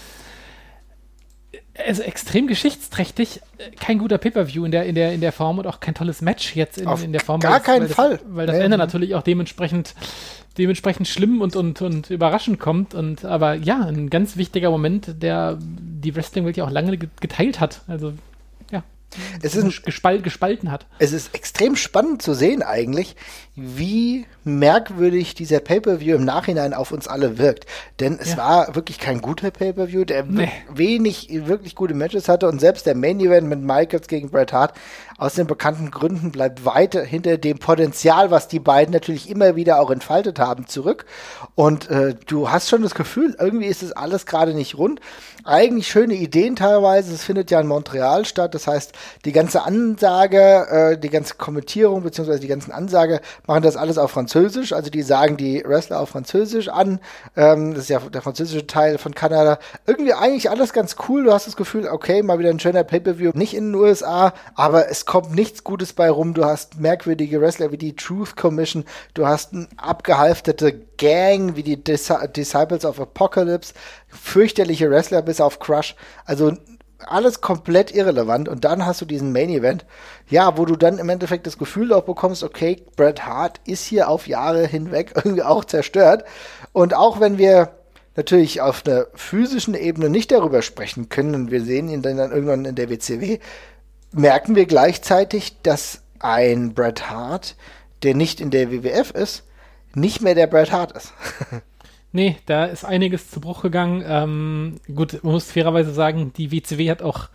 Also extrem geschichtsträchtig, kein guter Pay-Per-View in der, in der, in der Form und auch kein tolles Match jetzt in, in der Form. Gar keinen weil das, Fall. Weil das nee. Ende natürlich auch dementsprechend dementsprechend schlimm und, und, und überraschend kommt. Und aber ja, ein ganz wichtiger Moment, der die Wrestling-Welt ja auch lange geteilt hat. Also ja, es ist gespal- gespalten hat. Es ist extrem spannend zu sehen eigentlich, wie merkwürdig dieser Pay-Per-View im Nachhinein auf uns alle wirkt. Denn es ja. war wirklich kein guter Pay-Per-View, der nee. wenig wirklich gute Matches hatte, und selbst der Main-Event mit Michaels gegen Bret Hart aus den bekannten Gründen bleibt weiter hinter dem Potenzial, was die beiden natürlich immer wieder auch entfaltet haben, zurück. Und äh, du hast schon das Gefühl, irgendwie ist es alles gerade nicht rund. Eigentlich schöne Ideen teilweise, es findet ja in Montreal statt, das heißt, die ganze Ansage, äh, die ganze Kommentierung beziehungsweise die ganzen Ansage machen das alles auf Französisch, also die sagen die Wrestler auf Französisch an, ähm, das ist ja der französische Teil von Kanada. Irgendwie eigentlich alles ganz cool, du hast das Gefühl, okay, mal wieder ein schöner Pay-Per-View, nicht in den U S A, aber es kommt nichts Gutes bei rum, du hast merkwürdige Wrestler wie die Truth Commission, du hast eine abgehalfterte Gang wie die Dis- Disciples of Apocalypse, fürchterliche Wrestler bis auf Crush, also alles komplett irrelevant, und dann hast du diesen Main Event, ja, wo du dann im Endeffekt das Gefühl auch bekommst, okay, Bret Hart ist hier auf Jahre hinweg irgendwie auch zerstört, und auch wenn wir natürlich auf einer physischen Ebene nicht darüber sprechen können und wir sehen ihn dann irgendwann in der W C W, merken wir gleichzeitig, dass ein Bret Hart, der nicht in der W W F ist, nicht mehr der Bret Hart ist. Nee, da ist einiges zu Bruch gegangen. Ähm, gut, man muss fairerweise sagen, die W C W hat auch,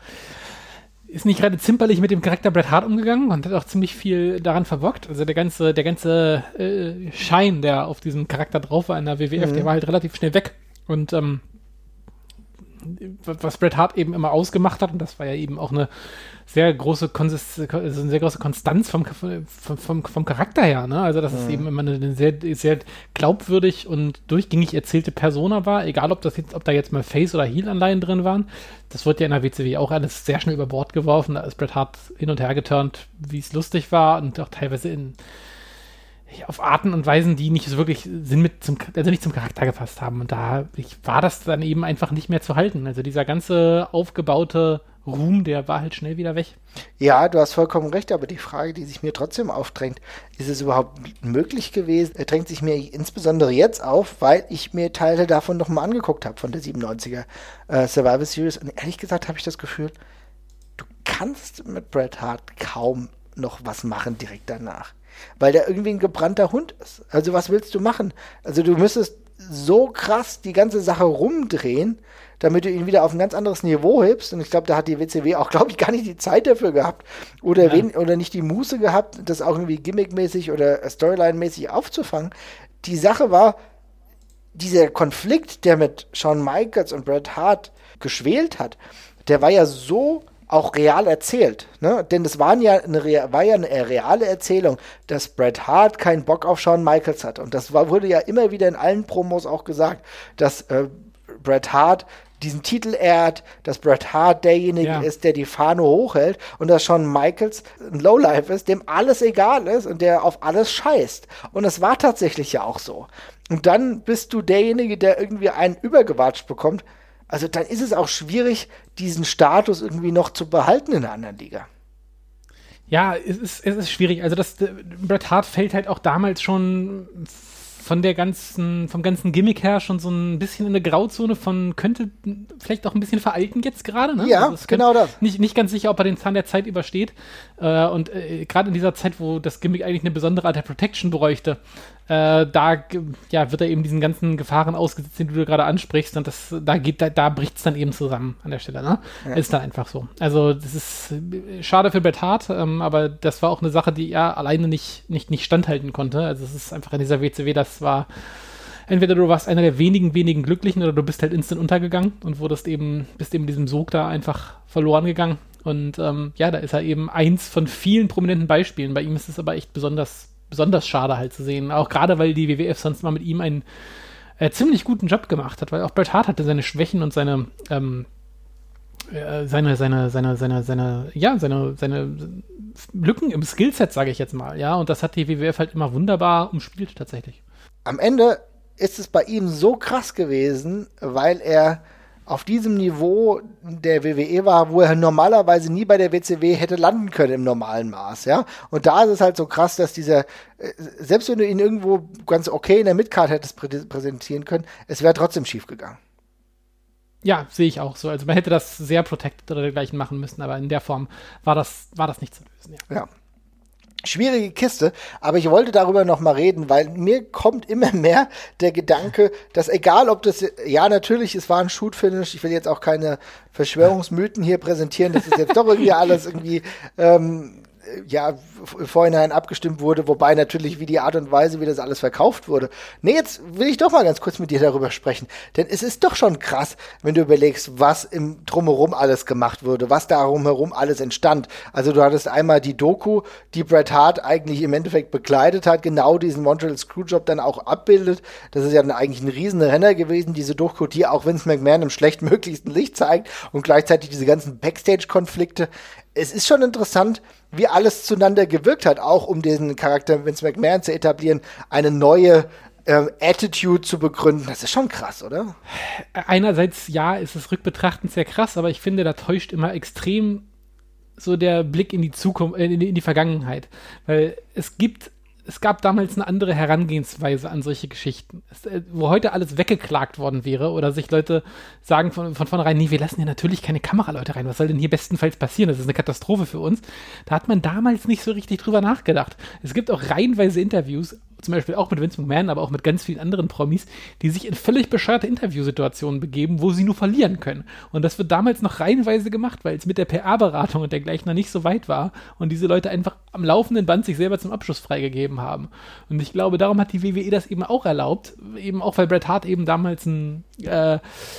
ist nicht gerade zimperlich mit dem Charakter Bret Hart umgegangen und hat auch ziemlich viel daran verbockt. Also der ganze, der ganze äh, Schein, der auf diesem Charakter drauf war in der W W F, mhm. der war halt relativ schnell weg. Und ähm, was Bret Hart eben immer ausgemacht hat, und das war ja eben auch eine sehr große Konsist- also eine sehr große Konstanz vom, vom, vom, vom Charakter her, ne? Also dass mhm. es eben immer eine, eine sehr, sehr glaubwürdig und durchgängig erzählte Persona war, egal ob das jetzt, ob da jetzt mal Face- oder Heel-Anleihen drin waren. Das wurde ja in der W C W auch alles sehr schnell über Bord geworfen, da ist Bret Hart hin und her geturnt, wie es lustig war und auch teilweise in auf Arten und Weisen, die nicht so wirklich Sinn mit zum, also nicht zum Charakter gefasst haben. Und da ich, war das dann eben einfach nicht mehr zu halten. Also dieser ganze aufgebaute Ruhm, der war halt schnell wieder weg. Ja, du hast vollkommen recht, aber die Frage, die sich mir trotzdem aufdrängt, ist es überhaupt möglich gewesen? Er drängt sich mir insbesondere jetzt auf, weil ich mir Teile davon nochmal angeguckt habe, von der siebenundneunziger äh, Survivor Series. Und ehrlich gesagt habe ich das Gefühl, du kannst mit Bret Hart kaum noch was machen direkt danach. Weil der irgendwie ein gebrannter Hund ist. Also was willst du machen? Also du müsstest so krass die ganze Sache rumdrehen, damit du ihn wieder auf ein ganz anderes Niveau hebst. Und ich glaube, da hat die W C W auch, glaube ich, gar nicht die Zeit dafür gehabt. Oder, ja. wen, oder nicht die Muße gehabt, das auch irgendwie gimmickmäßig oder Storyline-mäßig aufzufangen. Die Sache war, dieser Konflikt, der mit Shawn Michaels und Bret Hart geschwelt hat, der war ja so auch real erzählt, ne? Denn das waren ja eine, war ja eine reale Erzählung, dass Bret Hart keinen Bock auf Shawn Michaels hat. Und das war, wurde ja immer wieder in allen Promos auch gesagt, dass äh, Bret Hart diesen Titel ehrt, dass Bret Hart derjenige ja. ist, der die Fahne hochhält und dass Shawn Michaels ein Lowlife ist, dem alles egal ist und der auf alles scheißt. Und es war tatsächlich ja auch so. Und dann bist du derjenige, der irgendwie einen übergewatscht bekommt. Also dann ist es auch schwierig, diesen Status irgendwie noch zu behalten in einer anderen Liga. Ja, es ist, es ist schwierig. Also das Bret Hart fällt halt auch damals schon von der ganzen, vom ganzen Gimmick her schon so ein bisschen in eine Grauzone von, könnte vielleicht auch ein bisschen veralten jetzt gerade, ne? Ja, also genau das. Nicht, nicht ganz sicher, ob er den Zahn der Zeit übersteht. Äh, und äh, gerade in dieser Zeit, wo das Gimmick eigentlich eine besondere Art der Protection bräuchte, äh, da ja, wird er eben diesen ganzen Gefahren ausgesetzt, die du gerade ansprichst. Und das, da geht, da, da bricht es dann eben zusammen an der Stelle, ne? Ja. Ist dann einfach so. Also das ist schade für Bret Hart, ähm, aber das war auch eine Sache, die er alleine nicht, nicht, nicht standhalten konnte. Also es ist einfach in dieser W C W, das war entweder du warst einer der wenigen, wenigen Glücklichen oder du bist halt instant untergegangen und wurdest eben, bist eben diesem Sog da einfach verloren gegangen. Und ähm, ja, da ist er eben eins von vielen prominenten Beispielen. Bei ihm ist es aber echt besonders, besonders schade halt zu sehen. Auch gerade, weil die W W F sonst mal mit ihm einen äh, ziemlich guten Job gemacht hat, weil auch Bret Hart hatte seine Schwächen und seine ähm, äh, seine, seine, seine, seine, seine, ja, seine, seine Lücken im Skillset, sage ich jetzt mal, ja, und das hat die W W F halt immer wunderbar umspielt, tatsächlich. Am Ende ist es bei ihm so krass gewesen, weil er auf diesem Niveau der W W E war, wo er normalerweise nie bei der W C W hätte landen können im normalen Maß, ja. Und da ist es halt so krass, dass dieser, selbst wenn du ihn irgendwo ganz okay in der Midcard hättest prä- präsentieren können, es wäre trotzdem schief gegangen. Ja, sehe ich auch so. Also man hätte das sehr protected oder dergleichen machen müssen, aber in der Form war das, war das nicht zu lösen, ja. Ja. Schwierige Kiste, aber ich wollte darüber noch mal reden, weil mir kommt immer mehr der Gedanke, dass egal ob das, ja natürlich, es war ein Shoot-Finish, ich will jetzt auch keine Verschwörungsmythen hier präsentieren, das ist jetzt doch irgendwie alles irgendwie, ähm, ja, im Vorhinein abgestimmt wurde, wobei natürlich wie die Art und Weise, wie das alles verkauft wurde. Nee, jetzt will ich doch mal ganz kurz mit dir darüber sprechen, denn es ist doch schon krass, wenn du überlegst, was im Drumherum alles gemacht wurde, was darum herum alles entstand. Also du hattest einmal die Doku, die Bret Hart eigentlich im Endeffekt bekleidet hat, genau diesen Montreal Screwjob dann auch abbildet. Das ist ja dann eigentlich ein riesen Renner gewesen, diese Doku, die auch Vince McMahon im schlechtmöglichsten Licht zeigt und gleichzeitig diese ganzen Backstage-Konflikte. Es ist schon interessant, wie alles zueinander gewirkt hat, auch um diesen Charakter Vince McMahon zu etablieren, eine neue ähm, Attitude zu begründen. Das ist schon krass, oder? Einerseits, ja, ist es rückbetrachtend sehr krass, aber ich finde, da täuscht immer extrem so der Blick in die Zukunft, äh, in, die, in die Vergangenheit. Weil es gibt Es gab damals eine andere Herangehensweise an solche Geschichten, es, äh, wo heute alles weggeklagt worden wäre oder sich Leute sagen von, von vornherein, nee, wir lassen hier natürlich keine Kameraleute rein, was soll denn hier bestenfalls passieren, das ist eine Katastrophe für uns. Da hat man damals nicht so richtig drüber nachgedacht. Es gibt auch reihenweise Interviews, zum Beispiel auch mit Vince McMahon, aber auch mit ganz vielen anderen Promis, die sich in völlig bescheuerte Interviewsituationen begeben, wo sie nur verlieren können. Und das wird damals noch reihenweise gemacht, weil es mit der P R-Beratung und dergleichen noch nicht so weit war und diese Leute einfach am laufenden Band sich selber zum Abschluss freigegeben haben. Und ich glaube, darum hat die W W E das eben auch erlaubt, eben auch weil Bret Hart eben damals ein äh,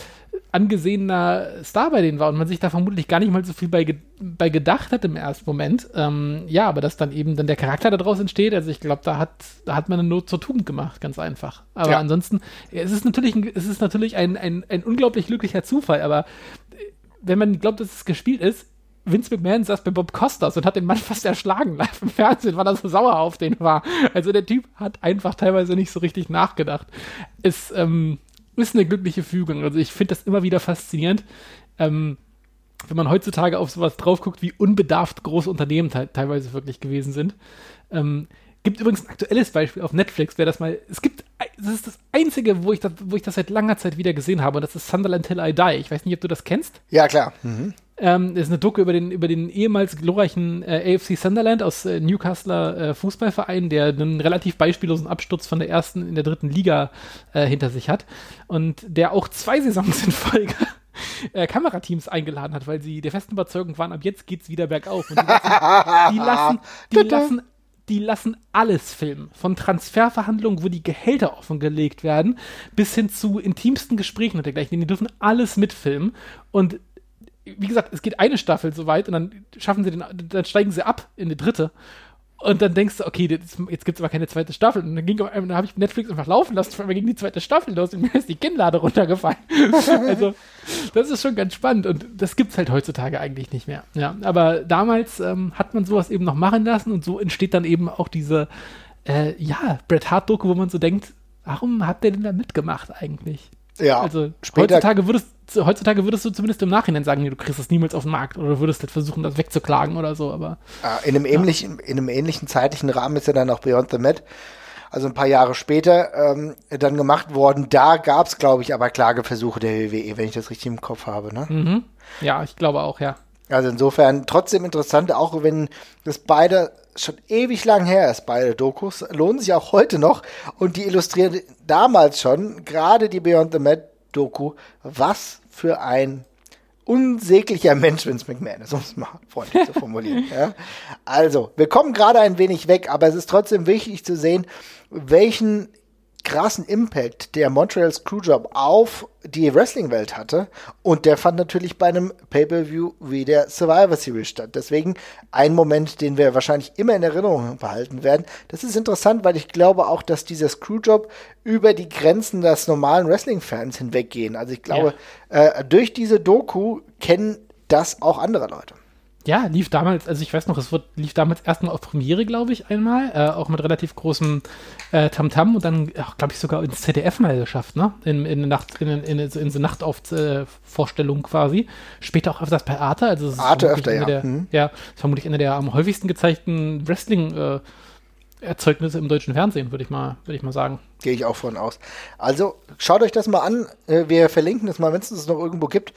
angesehener Star bei denen war und man sich da vermutlich gar nicht mal so viel bei, ge- bei gedacht hat im ersten Moment. Ähm, ja, aber dass dann eben dann der Charakter daraus entsteht, also ich glaube, da hat, da hat man eine Not zur Tugend gemacht, ganz einfach. Aber ja. ansonsten, es ist natürlich, ein, es ist natürlich ein, ein, ein unglaublich glücklicher Zufall, aber wenn man glaubt, dass es gespielt ist, Vince McMahon saß bei Bob Costas und hat den Mann fast erschlagen live im Fernsehen, weil er so sauer auf den war. Also der Typ hat einfach teilweise nicht so richtig nachgedacht. Es ähm, ist eine glückliche Fügung. Also ich finde das immer wieder faszinierend, ähm, wenn man heutzutage auf sowas drauf guckt, wie unbedarft große Unternehmen te- teilweise wirklich gewesen sind. Ähm, gibt übrigens ein aktuelles Beispiel auf Netflix, wer das mal, es gibt, das ist das einzige, wo ich das, wo ich das seit langer Zeit wieder gesehen habe, und das ist Sunderland Till I Die. Ich weiß nicht, ob du das kennst. Ja, klar. Mhm. Ähm, das ist eine Doku über den, über den ehemals glorreichen äh, A F C Sunderland aus äh, Newcastler äh, Fußballverein, der einen relativ beispiellosen Absturz von der ersten in der dritten Liga äh, hinter sich hat und der auch zwei Saisons in Folge äh, Kamerateams eingeladen hat, weil sie der festen Überzeugung waren, ab jetzt geht's wieder bergauf. Und die lassen, die lassen, die lassen Die lassen alles filmen. Von Transferverhandlungen, wo die Gehälter offengelegt werden, bis hin zu intimsten Gesprächen und dergleichen. Die dürfen alles mitfilmen. Und wie gesagt, es geht eine Staffel so weit und dann schaffen sie den, dann steigen sie ab in die dritte. Und dann denkst du, okay, jetzt, jetzt gibt es aber keine zweite Staffel. Und dann, ging, dann habe ich Netflix einfach laufen lassen, vor allem ging die zweite Staffel los und mir ist die Kinnlade runtergefallen. Also, das ist schon ganz spannend und das gibt es halt heutzutage eigentlich nicht mehr. Ja, aber damals ähm, hat man sowas eben noch machen lassen und so entsteht dann eben auch diese, äh, ja, Bret Hart-Doku, wo man so denkt, warum hat der denn da mitgemacht eigentlich? Ja, also später heutzutage würdest, heutzutage würdest du zumindest im Nachhinein sagen, nee, du kriegst das niemals auf den Markt oder du würdest halt versuchen, das wegzuklagen oder so, aber in einem, ja. ähnlichen, in einem ähnlichen zeitlichen Rahmen ist ja dann auch Beyond the Mat, also ein paar Jahre später, ähm, dann gemacht worden. Da gab es, glaube ich, aber Klageversuche der W W E, wenn ich das richtig im Kopf habe. Ne? Mhm. Ja, ich glaube auch, ja. Also insofern trotzdem interessant, auch wenn das beide schon ewig lang her ist, beide Dokus, lohnen sich auch heute noch und die illustrieren damals schon, gerade die Beyond the Mat Doku, was für ein unsäglicher Mensch Vince McMahon ist, um es mal freundlich zu formulieren. Ja. Also, wir kommen gerade ein wenig weg, aber es ist trotzdem wichtig zu sehen, welchen krassen Impact der Montreal Screwjob auf die Wrestling-Welt hatte und der fand natürlich bei einem Pay-Per-View wie der Survivor Series statt. Deswegen ein Moment, den wir wahrscheinlich immer in Erinnerung behalten werden. Das ist interessant, weil ich glaube auch, dass dieser Screwjob über die Grenzen des normalen Wrestling-Fans hinweggehen. Also ich glaube, ja. äh, durch diese Doku kennen das auch andere Leute. Ja, lief damals, also ich weiß noch, es wird, lief damals erstmal auf Premiere, glaube ich, einmal, äh, auch mit relativ großem äh, Tamtam und dann, glaube ich, sogar ins Z D F mal geschafft, ne? In, in, Nacht, in, in, in, in so Nachtauf-Vorstellung äh, quasi. Später auch öfters bei Arte, also Arte öfter, ja. Der, hm. Ja, das ist vermutlich eine der am häufigsten gezeigten Wrestling- äh, Erzeugnisse im deutschen Fernsehen, würde ich mal, würde ich mal sagen. Gehe ich auch von aus. Also, schaut euch das mal an. Wir verlinken das mal, wenn es es noch irgendwo gibt.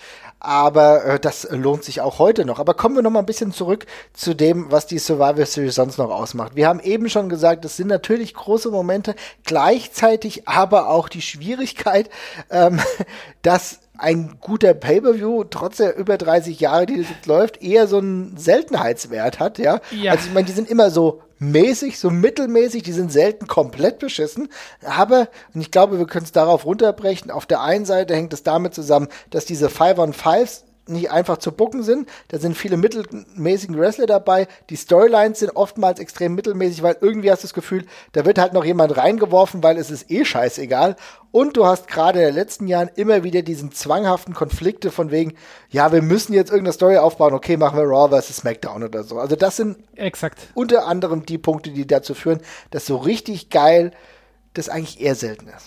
Aber das lohnt sich auch heute noch. Aber kommen wir noch mal ein bisschen zurück zu dem, was die Survivor Series sonst noch ausmacht. Wir haben eben schon gesagt, es sind natürlich große Momente, gleichzeitig aber auch die Schwierigkeit, ähm, dass ein guter Pay-Per-View, trotz der über dreißig Jahre, die das jetzt läuft, eher so einen Seltenheitswert hat, ja. ja. Also ich meine, die sind immer so mäßig, so mittelmäßig, die sind selten komplett beschissen, aber, und ich glaube, wir können es darauf runterbrechen, auf der einen Seite hängt es damit zusammen, dass diese Five-on-Fives nicht einfach zu bucken sind, da sind viele mittelmäßige Wrestler dabei, die Storylines sind oftmals extrem mittelmäßig, weil irgendwie hast du das Gefühl, da wird halt noch jemand reingeworfen, weil es ist eh scheißegal und du hast gerade in den letzten Jahren immer wieder diesen zwanghaften Konflikte von wegen, ja, wir müssen jetzt irgendeine Story aufbauen, okay, machen wir Raw versus SmackDown oder so. Also das sind Exakt. unter anderem die Punkte, die dazu führen, dass so richtig geil das eigentlich eher selten ist.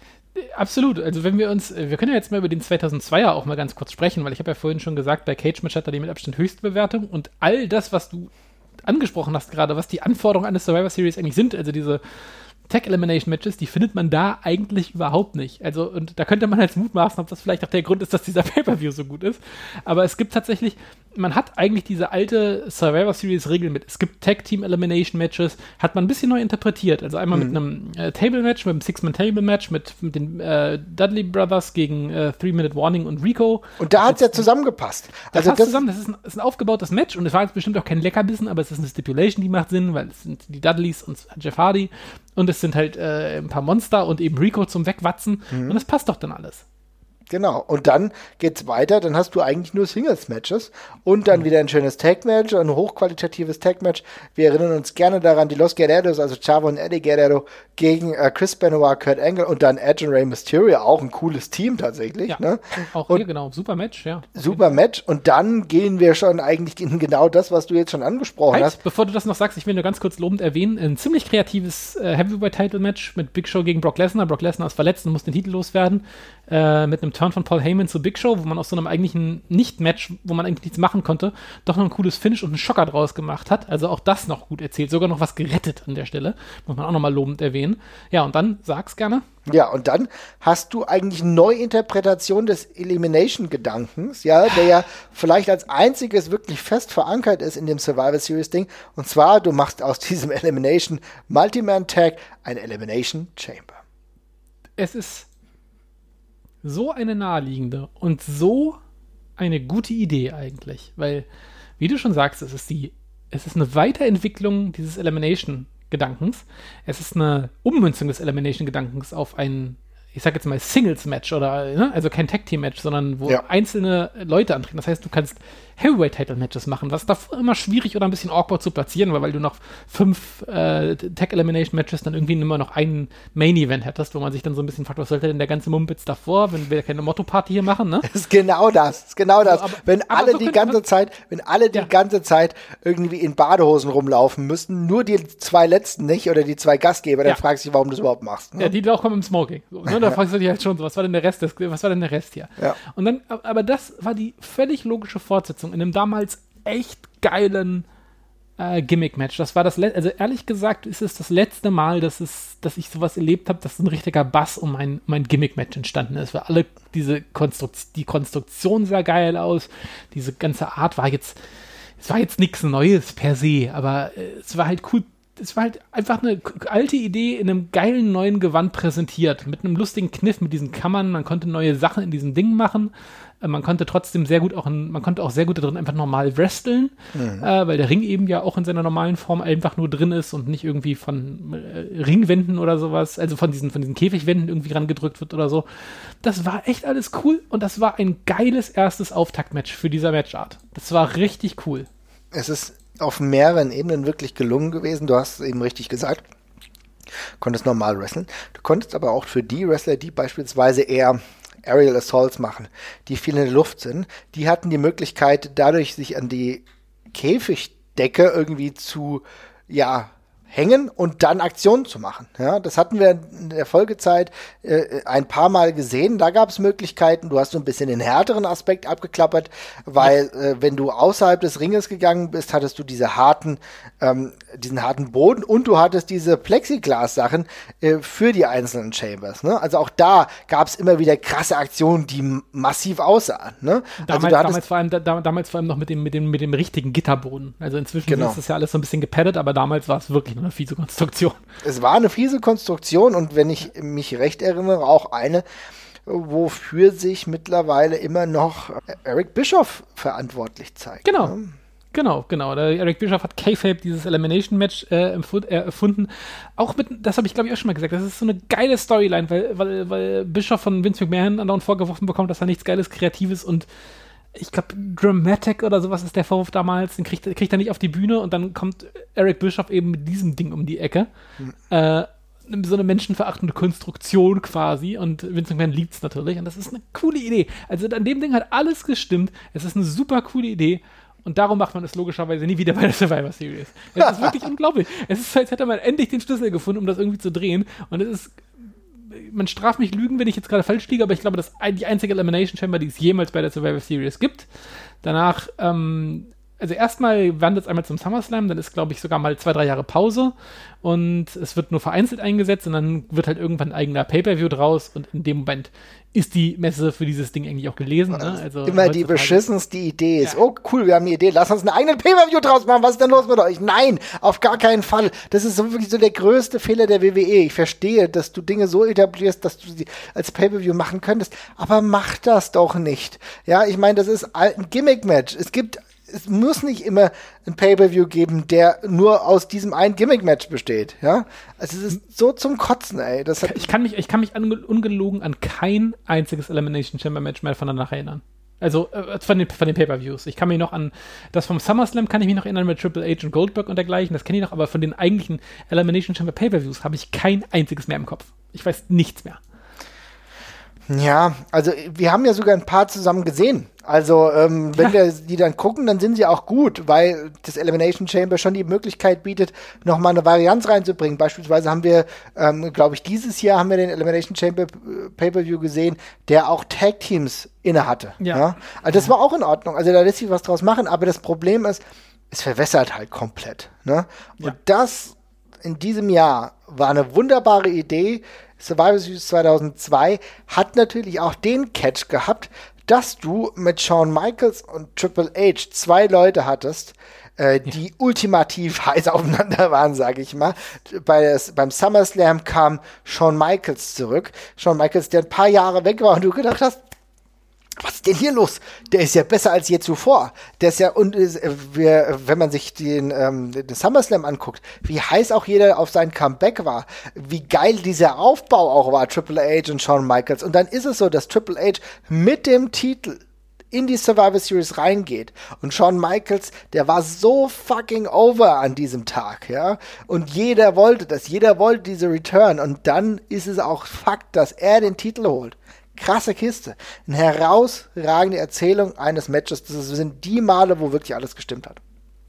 Absolut. Also wenn wir uns, wir können ja jetzt mal über den zweitausendzweier auch mal ganz kurz sprechen, weil ich habe ja vorhin schon gesagt, bei Cage Match hat er die mit Abstand höchste Bewertung und all das, was du angesprochen hast gerade, was die Anforderungen eines Survivor Series eigentlich sind, also diese Tag-Elimination-Matches, die findet man da eigentlich überhaupt nicht. Also, und da könnte man als mutmaßen, ob das vielleicht auch der Grund ist, dass dieser Pay-Per-View so gut ist. Aber es gibt tatsächlich, man hat eigentlich diese alte Survivor Series-Regel mit, es gibt Tag-Team-Elimination-Matches, hat man ein bisschen neu interpretiert. Also einmal mhm. mit einem äh, Table-Match, mit einem Six-Man-Table-Match, mit, mit den äh, Dudley Brothers gegen äh, Three-Minute Warning und Rico. Und da hat es ja zusammengepasst. Das also passt das zusammen, das ist, ein, das ist ein aufgebautes Match und es war jetzt bestimmt auch kein Leckerbissen, aber es ist eine Stipulation, die macht Sinn, weil es sind die Dudleys und Jeff Hardy und es sind halt äh, ein paar Monster und eben Rico zum Wegwatzen mhm. und das passt doch dann alles. Genau, und dann geht's weiter, dann hast du eigentlich nur Singles-Matches und dann mhm. wieder ein schönes Tag-Match, ein hochqualitatives Tag-Match. Wir erinnern uns gerne daran, die Los Guerreros, also Chavo und Eddie Guerrero gegen äh, Chris Benoit, Kurt Angle und dann Edge und Rey Mysterio, auch ein cooles Team tatsächlich. Ja, ne? auch und hier, genau, super Match, ja. Super Match und dann gehen wir schon eigentlich in genau das, was du jetzt schon angesprochen halt, hast. Bevor du das noch sagst, ich will nur ganz kurz lobend erwähnen, ein ziemlich kreatives äh, Heavyweight-Title-Match mit Big Show gegen Brock Lesnar. Brock Lesnar ist verletzt und muss den Titel loswerden, äh, mit einem Turn von Paul Heyman zu Big Show, wo man aus so einem eigentlichen Nicht-Match, wo man eigentlich nichts machen konnte, doch noch ein cooles Finish und einen Schocker draus gemacht hat. Also auch das noch gut erzählt. Sogar noch was gerettet an der Stelle. Muss man auch nochmal lobend erwähnen. Ja, und dann sag's gerne. Ja, und dann hast du eigentlich eine Neuinterpretation des Elimination-Gedankens, ja, der ja vielleicht als einziges wirklich fest verankert ist in dem Survivor Series-Ding. Und zwar, du machst aus diesem Elimination Multi-Man-Tag ein Elimination Chamber. Es ist so eine naheliegende und so eine gute Idee eigentlich, weil, wie du schon sagst, es ist die, es ist eine Weiterentwicklung dieses Elimination-Gedankens. Es ist eine Ummünzung des Elimination-Gedankens auf ein, ich sag jetzt mal Singles-Match oder, ne? Also kein Tag-Team-Match, sondern wo ja. einzelne Leute antreten. Das heißt, du kannst Heavyweight-Title-Matches machen, was da immer schwierig oder ein bisschen awkward zu platzieren war, weil du noch fünf äh, Tag-Elimination-Matches dann irgendwie immer noch einen Main-Event hättest, wo man sich dann so ein bisschen fragt, was sollte denn der ganze Mumpitz davor, wenn wir keine Motto-Party hier machen, ne? Das ist genau das, das ist genau das. Also, aber, wenn alle so die ganze man, Zeit, wenn alle die ja. ganze Zeit irgendwie in Badehosen rumlaufen müssten, nur die zwei letzten nicht oder die zwei Gastgeber, dann ja. fragst du dich, warum du das überhaupt machst. Ne? Ja, die auch kommen im Smoking. So, ne? Da fragst du dich halt schon so, was war denn der Rest, des, was war denn der Rest hier? Ja. Und dann, aber das war die völlig logische Fortsetzung in einem damals echt geilen äh, Gimmick-Match. Das war das letzte, also ehrlich gesagt ist es das letzte Mal, dass es, dass ich sowas erlebt habe, dass ein richtiger Bass um mein, mein Gimmick-Match entstanden ist. Weil alle diese Konstruktion, die Konstruktion sah geil aus, diese ganze Art war jetzt, es war jetzt nichts Neues per se, aber äh, es war halt cool. Es war halt einfach eine alte Idee in einem geilen neuen Gewand präsentiert, mit einem lustigen Kniff mit diesen Kammern. Man konnte neue Sachen in diesem Ding machen. Man konnte trotzdem sehr gut auch, in, man konnte auch sehr gut da drin einfach normal wresteln, mhm. äh, weil der Ring eben ja auch in seiner normalen Form einfach nur drin ist und nicht irgendwie von äh, Ringwänden oder sowas, also von diesen, von diesen Käfigwänden irgendwie rangedrückt wird oder so. Das war echt alles cool und das war ein geiles erstes Auftaktmatch für dieser Matchart. Das war richtig cool. Es ist auf mehreren Ebenen wirklich gelungen gewesen. Du hast es eben richtig gesagt. Du konntest normal wresteln. Du konntest aber auch für die Wrestler, die beispielsweise eher Aerial Assaults machen, die viel in der Luft sind, die hatten die Möglichkeit, dadurch sich an die Käfigdecke irgendwie zu, ja, hängen und dann Aktionen zu machen. Ja, das hatten wir in der Folgezeit äh, ein paar Mal gesehen. Da gab es Möglichkeiten. Du hast so ein bisschen den härteren Aspekt abgeklappert, weil ja. äh, wenn du außerhalb des Ringes gegangen bist, hattest du diese harten, ähm, diesen harten Boden und du hattest diese Plexiglas-Sachen äh, für die einzelnen Chambers. Ne? Also auch da gab es immer wieder krasse Aktionen, die m- massiv aussahen. Ne? Damals, also damals, vor allem, da, damals vor allem noch mit dem, mit dem, mit dem richtigen Gitterboden. Also inzwischen genau. ist das ja alles so ein bisschen gepaddet, aber damals war es wirklich eine fiese Konstruktion. Es war eine fiese Konstruktion und wenn ich mich recht erinnere, auch eine, wofür sich mittlerweile immer noch Eric Bischoff verantwortlich zeigt. Genau. Ne? Genau, genau. Der Eric Bischoff hat K-Fape, dieses Elimination-Match äh, empfund, äh, erfunden. Auch mit, das habe ich glaube ich auch schon mal gesagt, das ist so eine geile Storyline, weil, weil, weil Bischoff von Vince McMahon andauernd vorgeworfen bekommt, dass er nichts Geiles, Kreatives und ich glaube, Dramatic oder sowas ist der Vorwurf damals, den kriegt, kriegt er nicht auf die Bühne und dann kommt Eric Bischoff eben mit diesem Ding um die Ecke. Hm. Äh, so eine menschenverachtende Konstruktion quasi und Vince McMahon liebt's natürlich und das ist eine coole Idee. Also an dem Ding hat alles gestimmt. Es ist eine super coole Idee und darum macht man es logischerweise nie wieder bei der Survivor Series. Es ist wirklich unglaublich. Es ist, als hätte man endlich den Schlüssel gefunden, um das irgendwie zu drehen und es ist, man straft mich Lügen, wenn ich jetzt gerade falsch liege, aber ich glaube, das ist die einzige Elimination Chamber, die es jemals bei der Survivor Series gibt. Danach, ähm, also erstmal wandert es einmal zum SummerSlam, dann ist, glaube ich, sogar mal zwei, drei Jahre Pause und es wird nur vereinzelt eingesetzt und dann wird halt irgendwann ein eigener Pay-Per-View draus und in dem Moment ist die Messe für dieses Ding eigentlich auch gelesen. Ne? Also immer die beschissenste Idee ist, ja. Oh cool, wir haben eine Idee, lass uns einen eigenen Pay-Per-View draus machen, was ist denn los mit euch? Nein, auf gar keinen Fall. Das ist so wirklich so der größte Fehler der W W E. Ich verstehe, dass du Dinge so etablierst, dass du sie als Pay-Per-View machen könntest, aber mach das doch nicht. Ja, ich meine, das ist ein Gimmick-Match. Es gibt es muss nicht immer ein Pay-Per-View geben, der nur aus diesem einen Gimmick-Match besteht, ja. Also es ist so zum Kotzen, ey. Das hat ich kann mich, ich kann mich an, ungelogen an kein einziges Elimination Chamber Match mehr von danach erinnern. Also äh, von den, von den Pay-Per-Views. Ich kann mich noch an das vom SummerSlam kann ich mich noch erinnern mit Triple H und Goldberg und dergleichen. Das kenne ich noch, aber von den eigentlichen Elimination Chamber Pay-Per-Views habe ich kein einziges mehr im Kopf. Ich weiß nichts mehr. Ja, also wir haben ja sogar ein paar zusammen gesehen. Also ähm, wenn ja. wir die dann gucken, dann sind sie auch gut, weil das Elimination Chamber schon die Möglichkeit bietet, nochmal eine Varianz reinzubringen. Beispielsweise haben wir, ähm, glaube ich, dieses Jahr haben wir den Elimination Chamber Pay-Per-View gesehen, der auch Tag-Teams inne hatte. Ja. ja? Also das war auch in Ordnung. Also da lässt sich was draus machen, aber das Problem ist, es verwässert halt komplett. Ne? Und ja. das in diesem Jahr war eine wunderbare Idee. Survivor Series zweitausendzwei hat natürlich auch den Catch gehabt, dass du mit Shawn Michaels und Triple H zwei Leute hattest, äh, die ja. ultimativ heiß aufeinander waren, sage ich mal. Bei des, beim SummerSlam kam Shawn Michaels zurück. Shawn Michaels, der ein paar Jahre weg war und du gedacht hast, was ist denn hier los? Der ist ja besser als je zuvor. Der ist ja, und ist, wir, wenn man sich den, ähm, den SummerSlam anguckt, wie heiß auch jeder auf sein Comeback war, wie geil dieser Aufbau auch war, Triple H und Shawn Michaels. Und dann ist es so, dass Triple H mit dem Titel in die Survivor Series reingeht. Und Shawn Michaels, der war so fucking over an diesem Tag, ja. Und jeder wollte das, jeder wollte diese Return. Und dann ist es auch Fakt, dass er den Titel holt. Krasse Kiste. Eine herausragende Erzählung eines Matches. Das sind die Male, wo wirklich alles gestimmt hat.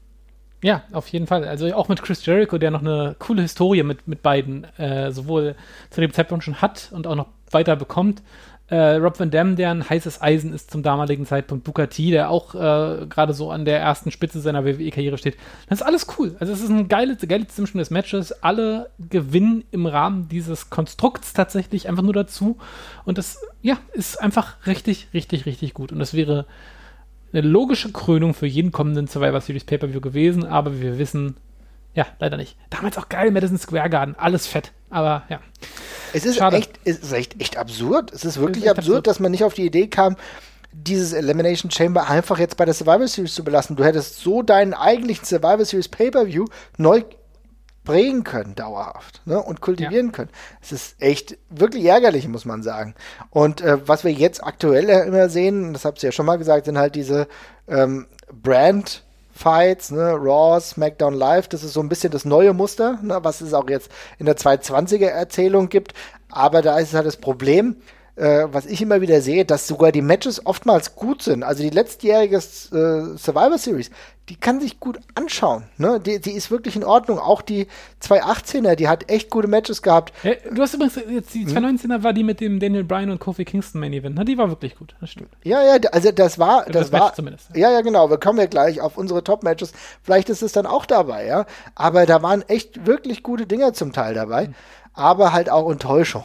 Ja, auf jeden Fall. Also auch mit Chris Jericho, der noch eine coole Historie mit, mit beiden äh, sowohl zu dem Zeitpunkt schon hat und auch noch weiter bekommt. Äh, Rob Van Dam, der ein heißes Eisen ist zum damaligen Zeitpunkt. Booker T, der auch äh, gerade so an der ersten Spitze seiner W W E-Karriere steht. Das ist alles cool. Also es ist ein geiles, geiles Zusammenspiel des Matches. Alle gewinnen im Rahmen dieses Konstrukts tatsächlich einfach nur dazu. Und das, ja, ist einfach richtig, richtig, richtig gut. Und das wäre eine logische Krönung für jeden kommenden Survivor Series Pay-Per-View gewesen. Aber wie wir wissen, ja, leider nicht. Damals auch geil, Madison Square Garden, alles fett. Aber ja. Es ist Schade. echt, es ist echt, echt absurd. Es ist wirklich es ist absurd, absurd, dass man nicht auf die Idee kam, dieses Elimination Chamber einfach jetzt bei der Survivor Series zu belassen. Du hättest so deinen eigentlichen Survivor Series Pay-Per-View neu prägen können, dauerhaft, ne, und kultivieren ja. können. Es ist echt wirklich ärgerlich, muss man sagen. Und äh, was wir jetzt aktuell immer sehen, das habt ihr ja schon mal gesagt, sind halt diese ähm, Brand Fights, ne, Raw, SmackDown Live, das ist so ein bisschen das neue Muster, ne, was es auch jetzt in der zweihundertzwanziger Erzählung gibt, aber da ist es halt das Problem, äh, was ich immer wieder sehe, dass sogar die Matches oftmals gut sind, also die letztjährige äh, Survivor Series, die kann sich gut anschauen, ne, die, die ist wirklich in Ordnung, auch die zweitausendachtzehner, die hat echt gute Matches gehabt. Ja, du hast übrigens, jetzt die zweitausendneunzehner war die mit dem Daniel Bryan und Kofi Kingston Main Event, ne, die war wirklich gut, das stimmt. Ja, ja, also das war, das, das war, zumindest. Ja, ja, genau, wir kommen ja gleich auf unsere Top-Matches, vielleicht ist es dann auch dabei, ja, aber da waren echt wirklich gute Dinger zum Teil dabei, mhm. aber halt auch Enttäuschung.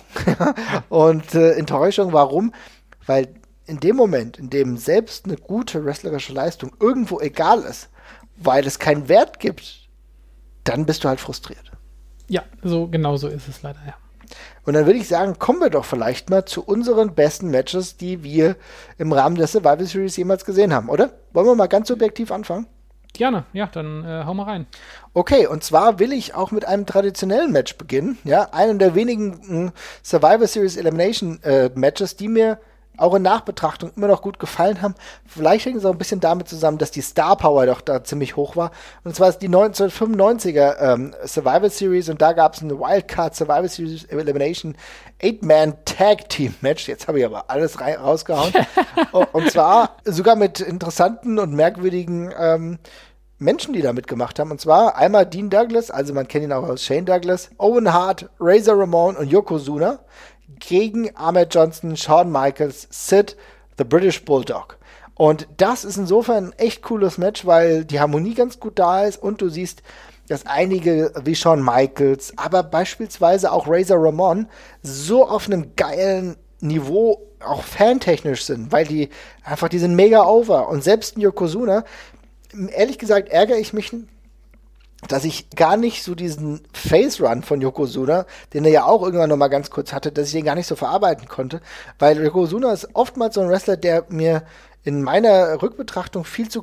Und äh, Enttäuschung, warum? Weil in dem Moment, in dem selbst eine gute wrestlerische Leistung irgendwo egal ist, weil es keinen Wert gibt, dann bist du halt frustriert. Ja, so genau so ist es leider, ja. Und dann würde ich sagen, kommen wir doch vielleicht mal zu unseren besten Matches, die wir im Rahmen der Survivor Series jemals gesehen haben, oder? Wollen wir mal ganz subjektiv anfangen? Gerne, ja, dann äh, hau mal rein. Okay, und zwar will ich auch mit einem traditionellen Match beginnen, ja, einem der wenigen äh, Survivor Series Elimination äh, Matches, die mir auch in Nachbetrachtung immer noch gut gefallen haben. Vielleicht hängt es auch ein bisschen damit zusammen, dass die Star Power doch da ziemlich hoch war. Und zwar ist die neunzehnhundertfünfundneunziger ähm, Survivor Series und da gab es ein Wildcard Survivor Series Elimination Eight-Man Tag Team Match. Jetzt habe ich aber alles rein, rausgehauen. Und zwar sogar mit interessanten und merkwürdigen ähm, Menschen, die da mitgemacht haben. Und zwar einmal Dean Douglas, also man kennt ihn auch aus Shane Douglas, Owen Hart, Razor Ramon und Yokozuna gegen Ahmed Johnson, Shawn Michaels, Sid, The British Bulldog. Und das ist insofern ein echt cooles Match, weil die Harmonie ganz gut da ist und du siehst, dass einige wie Shawn Michaels, aber beispielsweise auch Razor Ramon so auf einem geilen Niveau auch fantechnisch sind, weil die einfach, die sind mega over. Und selbst ein Yokozuna, ehrlich gesagt ärgere ich mich, dass ich gar nicht so diesen Face-Run von Yokozuna, den er ja auch irgendwann noch mal ganz kurz hatte, dass ich den gar nicht so verarbeiten konnte, weil Yokozuna ist oftmals so ein Wrestler, der mir in meiner Rückbetrachtung viel zu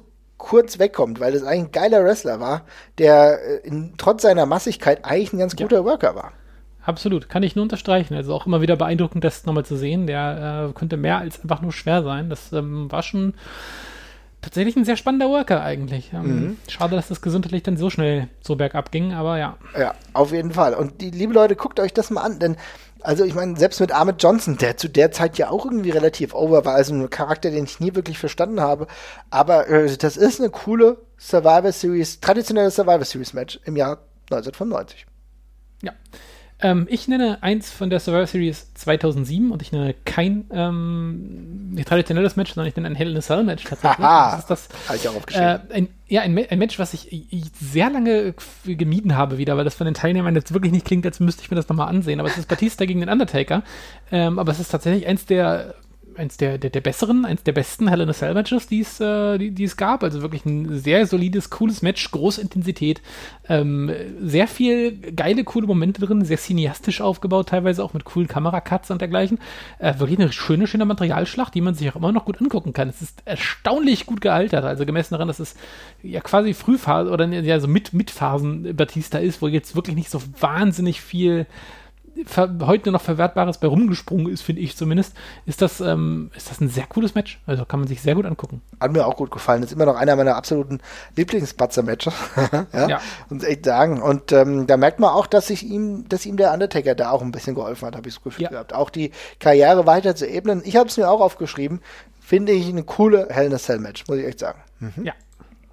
kurz wegkommt, weil das eigentlich ein geiler Wrestler war, der in, trotz seiner Massigkeit eigentlich ein ganz guter ja. Worker war. Absolut, kann ich nur unterstreichen. Also auch immer wieder beeindruckend, das nochmal zu sehen. Der äh, könnte mehr als einfach nur schwer sein. Das ähm, war schon tatsächlich ein sehr spannender Worker eigentlich. Ähm, mhm. Schade, dass das gesundheitlich dann so schnell so bergab ging, aber ja. Ja, auf jeden Fall. Und die liebe Leute, guckt euch das mal an, denn also ich meine, selbst mit Ahmed Johnson, der zu der Zeit ja auch irgendwie relativ over war, also ein Charakter, den ich nie wirklich verstanden habe, aber äh, das ist eine coole Survivor Series, traditionelle Survivor Series Match im Jahr neunzehnhundertfünfundneunzig. Ja. Ähm, ich nenne eins von der Survivor Series zweitausendsieben und ich nenne kein ähm, traditionelles Match, sondern ich nenne ein Hell in a Cell Match tatsächlich. Aha, das ist das, habe ich auch aufgeschrieben. Äh, ein, ja, ein, ein Match, was ich, ich sehr lange gemieden habe wieder, weil das von den Teilnehmern jetzt wirklich nicht klingt, als müsste ich mir das nochmal ansehen. Aber es ist Batista gegen den Undertaker. Ähm, aber es ist tatsächlich eins der eins der, der, der besseren, eins der besten Hell in a Cell Matches, die es äh, die, die es gab. Also wirklich ein sehr solides, cooles Match, große Intensität, ähm, sehr viel geile, coole Momente drin, sehr cineastisch aufgebaut, teilweise auch mit coolen Kameracuts und dergleichen. Äh, wirklich eine schöne, schöne Materialschlacht, die man sich auch immer noch gut angucken kann. Es ist erstaunlich gut gealtert, also gemessen daran, dass es ja quasi Frühphase oder ja so mit Mitphasen Batista ist, wo jetzt wirklich nicht so wahnsinnig viel heute noch Verwertbares bei rumgesprungen ist, finde ich zumindest, ist das, ähm, ist das ein sehr cooles Match. Also kann man sich sehr gut angucken. Hat mir auch gut gefallen. Das ist immer noch einer meiner absoluten Lieblings-Patzer-Matches. ja, ja. Muss echt sagen. Und ähm, da merkt man auch, dass sich ihm, dass ihm der Undertaker da auch ein bisschen geholfen hat, habe ich das Gefühl ja. gehabt. Auch die Karriere weiter zu ebnen. Ich habe es mir auch aufgeschrieben. Finde ich eine coole Hell in a Cell Match, muss ich echt sagen. Mhm. Ja.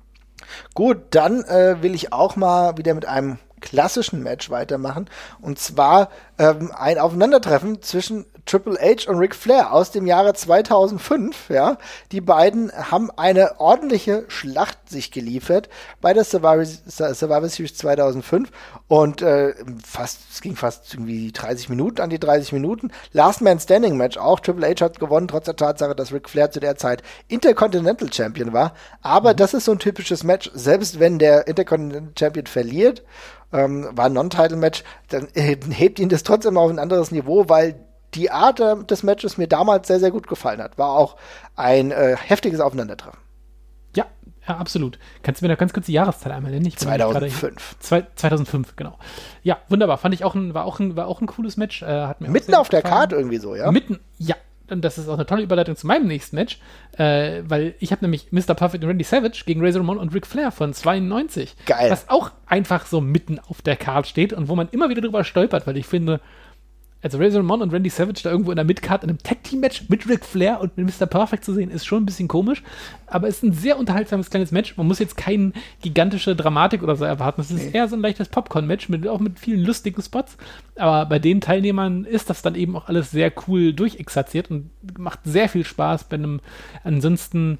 Gut, dann äh, will ich auch mal wieder mit einem klassischen Match weitermachen. Und zwar ähm, ein Aufeinandertreffen zwischen Triple H und Ric Flair aus dem Jahre zweitausendfünf. Ja, die beiden haben eine ordentliche Schlacht sich geliefert bei der Survivor, Survivor Series zweitausendfünf und äh, fast, es ging fast irgendwie dreißig Minuten, an die dreißig Minuten. Last Man Standing Match auch. Triple H hat gewonnen, trotz der Tatsache, dass Ric Flair zu der Zeit Intercontinental Champion war. Aber mhm. das ist so ein typisches Match, selbst wenn der Intercontinental Champion verliert, ähm, war ein Non-Title-Match, dann äh, hebt ihn das trotzdem auf ein anderes Niveau, weil die Art äh, des Matches mir damals sehr, sehr gut gefallen hat. War auch ein äh, heftiges Aufeinandertreffen. Ja, ja, absolut. Kannst du mir da ganz kurz die Jahreszahl einmal nennen? Ich zweitausendfünf. Zwei, zweitausendfünf, genau. Ja, wunderbar. Fand ich auch ein, war auch ein, war auch ein cooles Match. Äh, hat mir Mitten auf der Card irgendwie so, ja? Mitten, ja. Und das ist auch eine tolle Überleitung zu meinem nächsten Match, äh, weil ich habe nämlich Mister Perfect und Randy Savage gegen Razor Ramon und Ric Flair von zweiundneunzig. Geil. Was auch einfach so mitten auf der Card steht und wo man immer wieder drüber stolpert, weil ich finde, also Razor Ramon und Randy Savage da irgendwo in der Midcard in einem Tag-Team-Match mit Ric Flair und mit Mister Perfect zu sehen, ist schon ein bisschen komisch, aber es ist ein sehr unterhaltsames kleines Match. Man muss jetzt keine gigantische Dramatik oder so erwarten. Es ist nee. eher so ein leichtes Popcorn-Match, mit, auch mit vielen lustigen Spots, aber bei den Teilnehmern ist das dann eben auch alles sehr cool durchexerziert und macht sehr viel Spaß bei einem ansonsten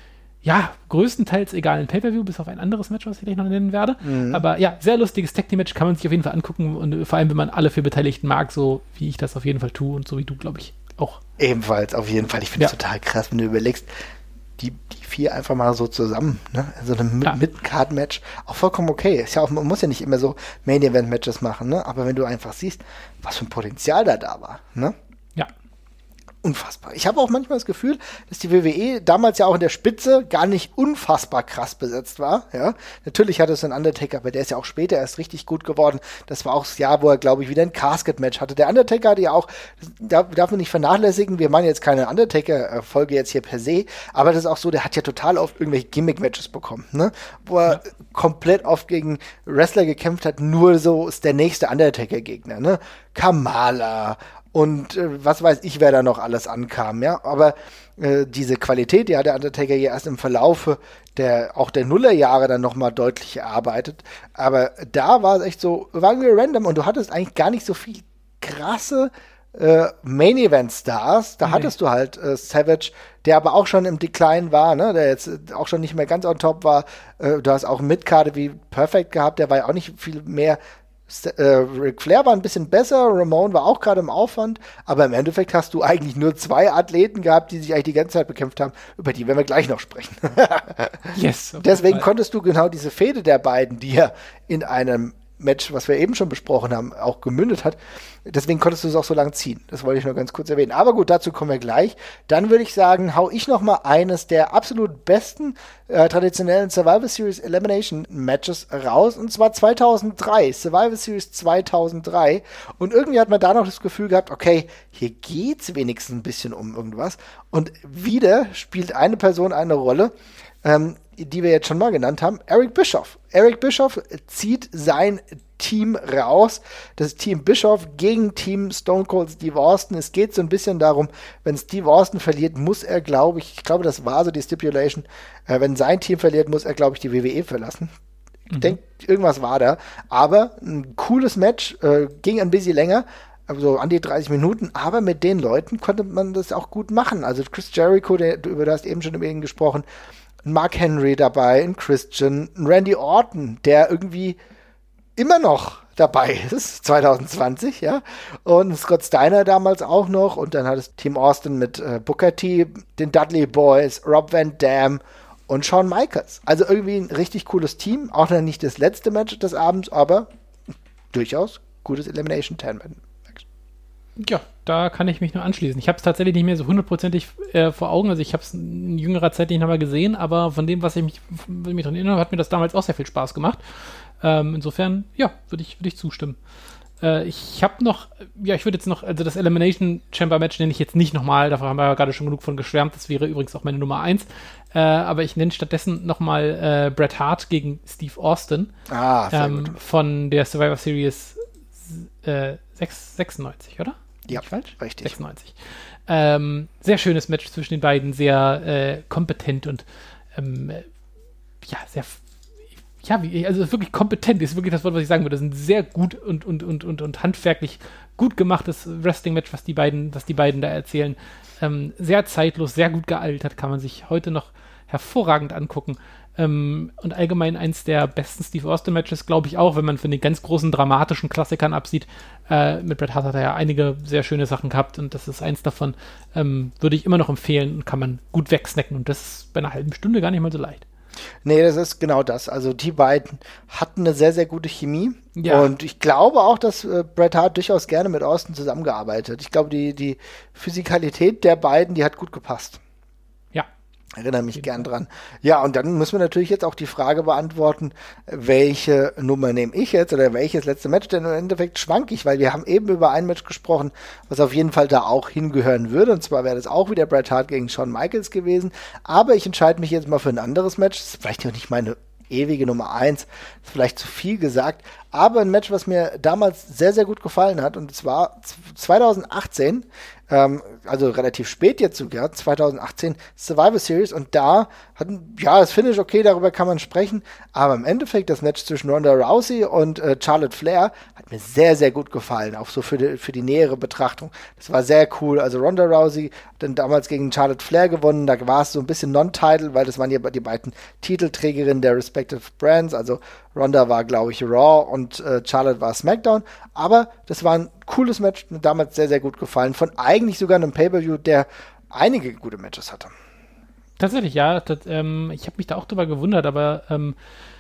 ja, größtenteils egalen Pay-Per-View, bis auf ein anderes Match, was ich gleich noch nennen werde. Mhm. Aber ja, sehr lustiges Tag-Team-Match, kann man sich auf jeden Fall angucken und vor allem, wenn man alle vier Beteiligten mag, so wie ich das auf jeden Fall tue und so wie du, glaube ich, auch. Ebenfalls, auf jeden Fall. Ich finde es ja. total krass, wenn du überlegst, die, die vier einfach mal so zusammen, ne? So ein ja. Mid-Card-Match, auch vollkommen okay. Ist ja auch, man muss ja nicht immer so Main-Event-Matches machen, ne? Aber wenn du einfach siehst, was für ein Potenzial da da war, ne? Ja. Unfassbar. Ich habe auch manchmal das Gefühl, dass die W W E damals ja auch in der Spitze gar nicht unfassbar krass besetzt war. Ja, natürlich hatte es einen Undertaker, aber der ist ja auch später erst richtig gut geworden. Das war auch das Jahr, wo er, glaube ich, wieder ein Casket-Match hatte. Der Undertaker hatte ja auch, da darf man nicht vernachlässigen, wir meinen jetzt keine Undertaker-Folge jetzt hier per se, aber das ist auch so, der hat ja total oft irgendwelche Gimmick-Matches bekommen, ne? Wo er ja. komplett oft gegen Wrestler gekämpft hat, nur so ist der nächste Undertaker-Gegner, ne? Kamala und äh, was weiß ich, wer da noch alles ankam, ja, aber äh, diese Qualität, die hat der Undertaker ja erst im Verlaufe der, auch der Nullerjahre dann nochmal deutlich erarbeitet, aber da war es echt so, waren wir random und du hattest eigentlich gar nicht so viel krasse äh, Main-Event-Stars, da okay. hattest du halt äh, Savage, der aber auch schon im Decline war, ne, der jetzt auch schon nicht mehr ganz on top war, äh, du hast auch Mid-Card wie Perfect gehabt, der war ja auch nicht viel mehr. Äh, Ric Flair war ein bisschen besser, Ramon war auch gerade im Aufwand, aber im Endeffekt hast du eigentlich nur zwei Athleten gehabt, die sich eigentlich die ganze Zeit bekämpft haben, über die werden wir gleich noch sprechen. Yes. Deswegen konntest du genau diese Fehde der beiden, die ja in einem Match, was wir eben schon besprochen haben, auch gemündet hat. Deswegen konntest du es auch so lang ziehen. Das wollte ich nur ganz kurz erwähnen. Aber gut, dazu kommen wir gleich. Dann würde ich sagen, hau ich noch mal eines der absolut besten äh, traditionellen Survivor Series Elimination Matches raus. Und zwar zweitausenddrei. Survivor Series zweitausenddrei. Und irgendwie hat man da noch das Gefühl gehabt, okay, hier geht's wenigstens ein bisschen um irgendwas. Und wieder spielt eine Person eine Rolle, ähm, die wir jetzt schon mal genannt haben, Eric Bischoff. Eric Bischoff zieht sein Team raus, das Team Bischoff gegen Team Stone Cold Steve Austin. Es geht so ein bisschen darum, wenn Steve Austin verliert, muss er, glaube ich, ich glaube, das war so die Stipulation, äh, wenn sein Team verliert, muss er, glaube ich, die W W E verlassen. Ich mhm. denke, irgendwas war da. Aber ein cooles Match, äh, ging ein bisschen länger, also an die dreißig Minuten, aber mit den Leuten konnte man das auch gut machen. Also Chris Jericho, der, du über das eben schon über ihn gesprochen, ein Mark Henry dabei, ein Christian, ein Randy Orton, der irgendwie immer noch dabei ist, zwanzig zwanzig, ja, und Scott Steiner damals auch noch, und dann hat es Team Austin mit äh, Booker T, den Dudley Boys, Rob Van Dam und Shawn Michaels. Also irgendwie ein richtig cooles Team, auch noch nicht das letzte Match des Abends, aber durchaus gutes Elimination Chamber. Ja, da kann ich mich nur anschließen. Ich habe es tatsächlich nicht mehr so hundertprozentig äh, vor Augen. Also ich habe es in jüngerer Zeit nicht nochmal gesehen, aber von dem, was ich mich, was ich mich daran erinnere, hat mir das damals auch sehr viel Spaß gemacht. Ähm, insofern, ja, würde ich, würd ich zustimmen. Äh, ich habe noch, ja, ich würde jetzt noch, also das Elimination Chamber Match nenne ich jetzt nicht nochmal, davon haben wir ja gerade schon genug von geschwärmt, das wäre übrigens auch meine Nummer eins. Äh, aber ich nenne stattdessen nochmal äh, Bret Hart gegen Steve Austin. Ah, sehr ähm, gut. Von der Survivor Series äh, sechsundneunzig, oder? Ja, falsch? richtig. sechsundneunzig. Ähm, sehr schönes Match zwischen den beiden, sehr äh, kompetent und ähm, ja, sehr ja, wie, also wirklich kompetent ist wirklich das Wort, was ich sagen würde. Das ist ein sehr gut und, und, und, und, und handwerklich gut gemachtes Wrestling-Match, was die beiden, was die beiden da erzählen. Ähm, sehr zeitlos, sehr gut gealtert, kann man sich heute noch hervorragend angucken. Ähm, und allgemein eins der besten Steve Austin-Matches, glaube ich auch, wenn man von den ganz großen dramatischen Klassikern absieht. Äh, mit Bret Hart hat er ja einige sehr schöne Sachen gehabt und das ist eins davon, ähm, würde ich immer noch empfehlen und kann man gut wegsnacken und das ist bei einer halben Stunde gar nicht mal so leicht. Nee, das ist genau das. Also die beiden hatten eine sehr, sehr gute Chemie. Ja. Und ich glaube auch, dass äh, Bret Hart durchaus gerne mit Austin zusammengearbeitet. Ich glaube, die, die Physikalität der beiden, die hat gut gepasst. Ja. Erinnere mich gern dran. Ja, und dann müssen wir natürlich jetzt auch die Frage beantworten, welche Nummer nehme ich jetzt oder welches letzte Match, denn im Endeffekt schwank ich, weil wir haben eben über ein Match gesprochen, was auf jeden Fall da auch hingehören würde, und zwar wäre das auch wieder Bret Hart gegen Shawn Michaels gewesen, aber ich entscheide mich jetzt mal für ein anderes Match, das ist vielleicht noch nicht meine ewige Nummer eins, ist vielleicht zu viel gesagt, aber ein Match, was mir damals sehr, sehr gut gefallen hat, und zwar zwanzig achtzehn, ähm, also relativ spät jetzt sogar, zwanzig achtzehn Survivor Series, und da hatten, ja, das Finish okay, darüber kann man sprechen, aber im Endeffekt das Match zwischen Ronda Rousey und äh, Charlotte Flair hat mir sehr, sehr gut gefallen, auch so für die, für die nähere Betrachtung. Das war sehr cool, also Ronda Rousey hat dann damals gegen Charlotte Flair gewonnen, da war es so ein bisschen Non-Title, weil das waren ja die beiden Titelträgerinnen der respective Brands, also Ronda war, glaube ich, Raw und äh, Charlotte war SmackDown, aber das war ein cooles Match, mir damals sehr, sehr gut gefallen, von eigentlich sogar einem Pay-Per-View, der einige gute Matches hatte. Tatsächlich, ja. Das, ähm, ich habe mich da auch drüber gewundert, aber ähm,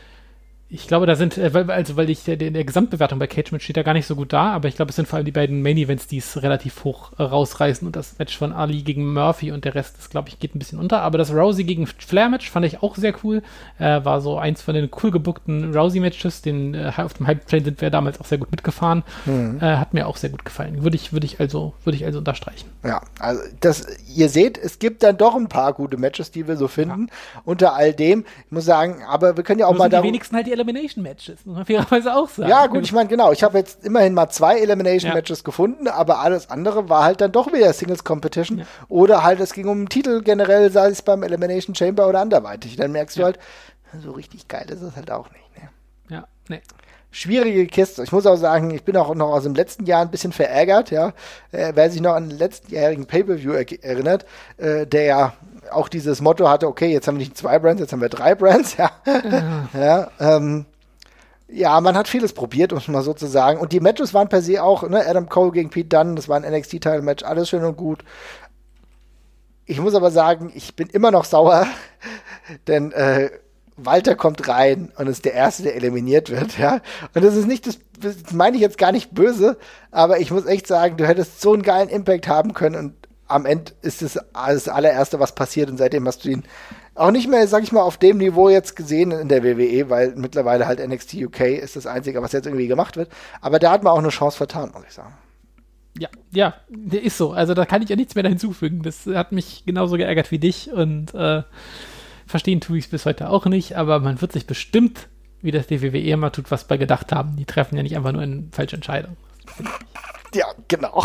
ich glaube, da sind, äh, weil, also weil ich äh, in der Gesamtbewertung bei Cage-Match steht da gar nicht so gut da, aber ich glaube, es sind vor allem die beiden Main-Events, die es relativ hoch äh, rausreißen und das Match von Ali gegen Murphy und der Rest, das glaube ich, geht ein bisschen unter, aber das Rousey gegen Flair-Match fand ich auch sehr cool, äh, war so eins von den cool gebuckten Rousey-Matches, den äh, auf dem Hype-Train sind wir damals auch sehr gut mitgefahren, mhm. äh, hat mir auch sehr gut gefallen, würde ich, würde ich also, würde ich also unterstreichen. Ja, also das, ihr seht, es gibt dann doch ein paar gute Matches, die wir so finden, ja. Unter all dem, ich muss sagen, aber wir können ja auch Nur mal sind darum, die wenigsten halt die Elimination-Matches, muss man fairerweise auch sagen. Ja, gut, ich meine, genau, ich habe jetzt immerhin mal zwei Elimination-Matches ja. gefunden, aber alles andere war halt dann doch wieder Singles-Competition ja. oder halt, es ging um den Titel generell, sei es beim Elimination Chamber oder anderweitig. Dann merkst du ja. halt, so richtig geil ist es halt auch nicht. Ne? Ja, ne. Schwierige Kiste. Ich muss auch sagen, ich bin auch noch aus dem letzten Jahr ein bisschen verärgert, ja. Äh, wer sich noch an den letztenjährigen Pay-Per-View er- erinnert, äh, der ja auch dieses Motto hatte, okay, jetzt haben wir nicht zwei Brands, jetzt haben wir drei Brands, ja. ja, ja ähm, Ja, man hat vieles probiert, um es mal so zu sagen. Und die Matches waren per se auch, ne, Adam Cole gegen Pete Dunne, das war ein N X T-Title-Match, alles schön und gut. Ich muss aber sagen, ich bin immer noch sauer, denn äh, Walter kommt rein und ist der Erste, der eliminiert wird, ja. Und das ist nicht, das, das meine ich jetzt gar nicht böse, aber ich muss echt sagen, du hättest so einen geilen Impact haben können und am Ende ist es das allererste, was passiert und seitdem hast du ihn auch nicht mehr, sag ich mal, auf dem Niveau jetzt gesehen in der W W E, weil mittlerweile halt N X T U K ist das Einzige, was jetzt irgendwie gemacht wird. Aber da hat man auch eine Chance vertan, muss ich sagen. Ja, ja, der ist so. Also da kann ich ja nichts mehr da hinzufügen. Das hat mich genauso geärgert wie dich und äh, verstehen tue ich es bis heute auch nicht, aber man wird sich bestimmt, wie das die W W E immer tut, was bei gedacht haben. Die treffen ja nicht einfach nur eine falsche Entscheidung. Ja, genau.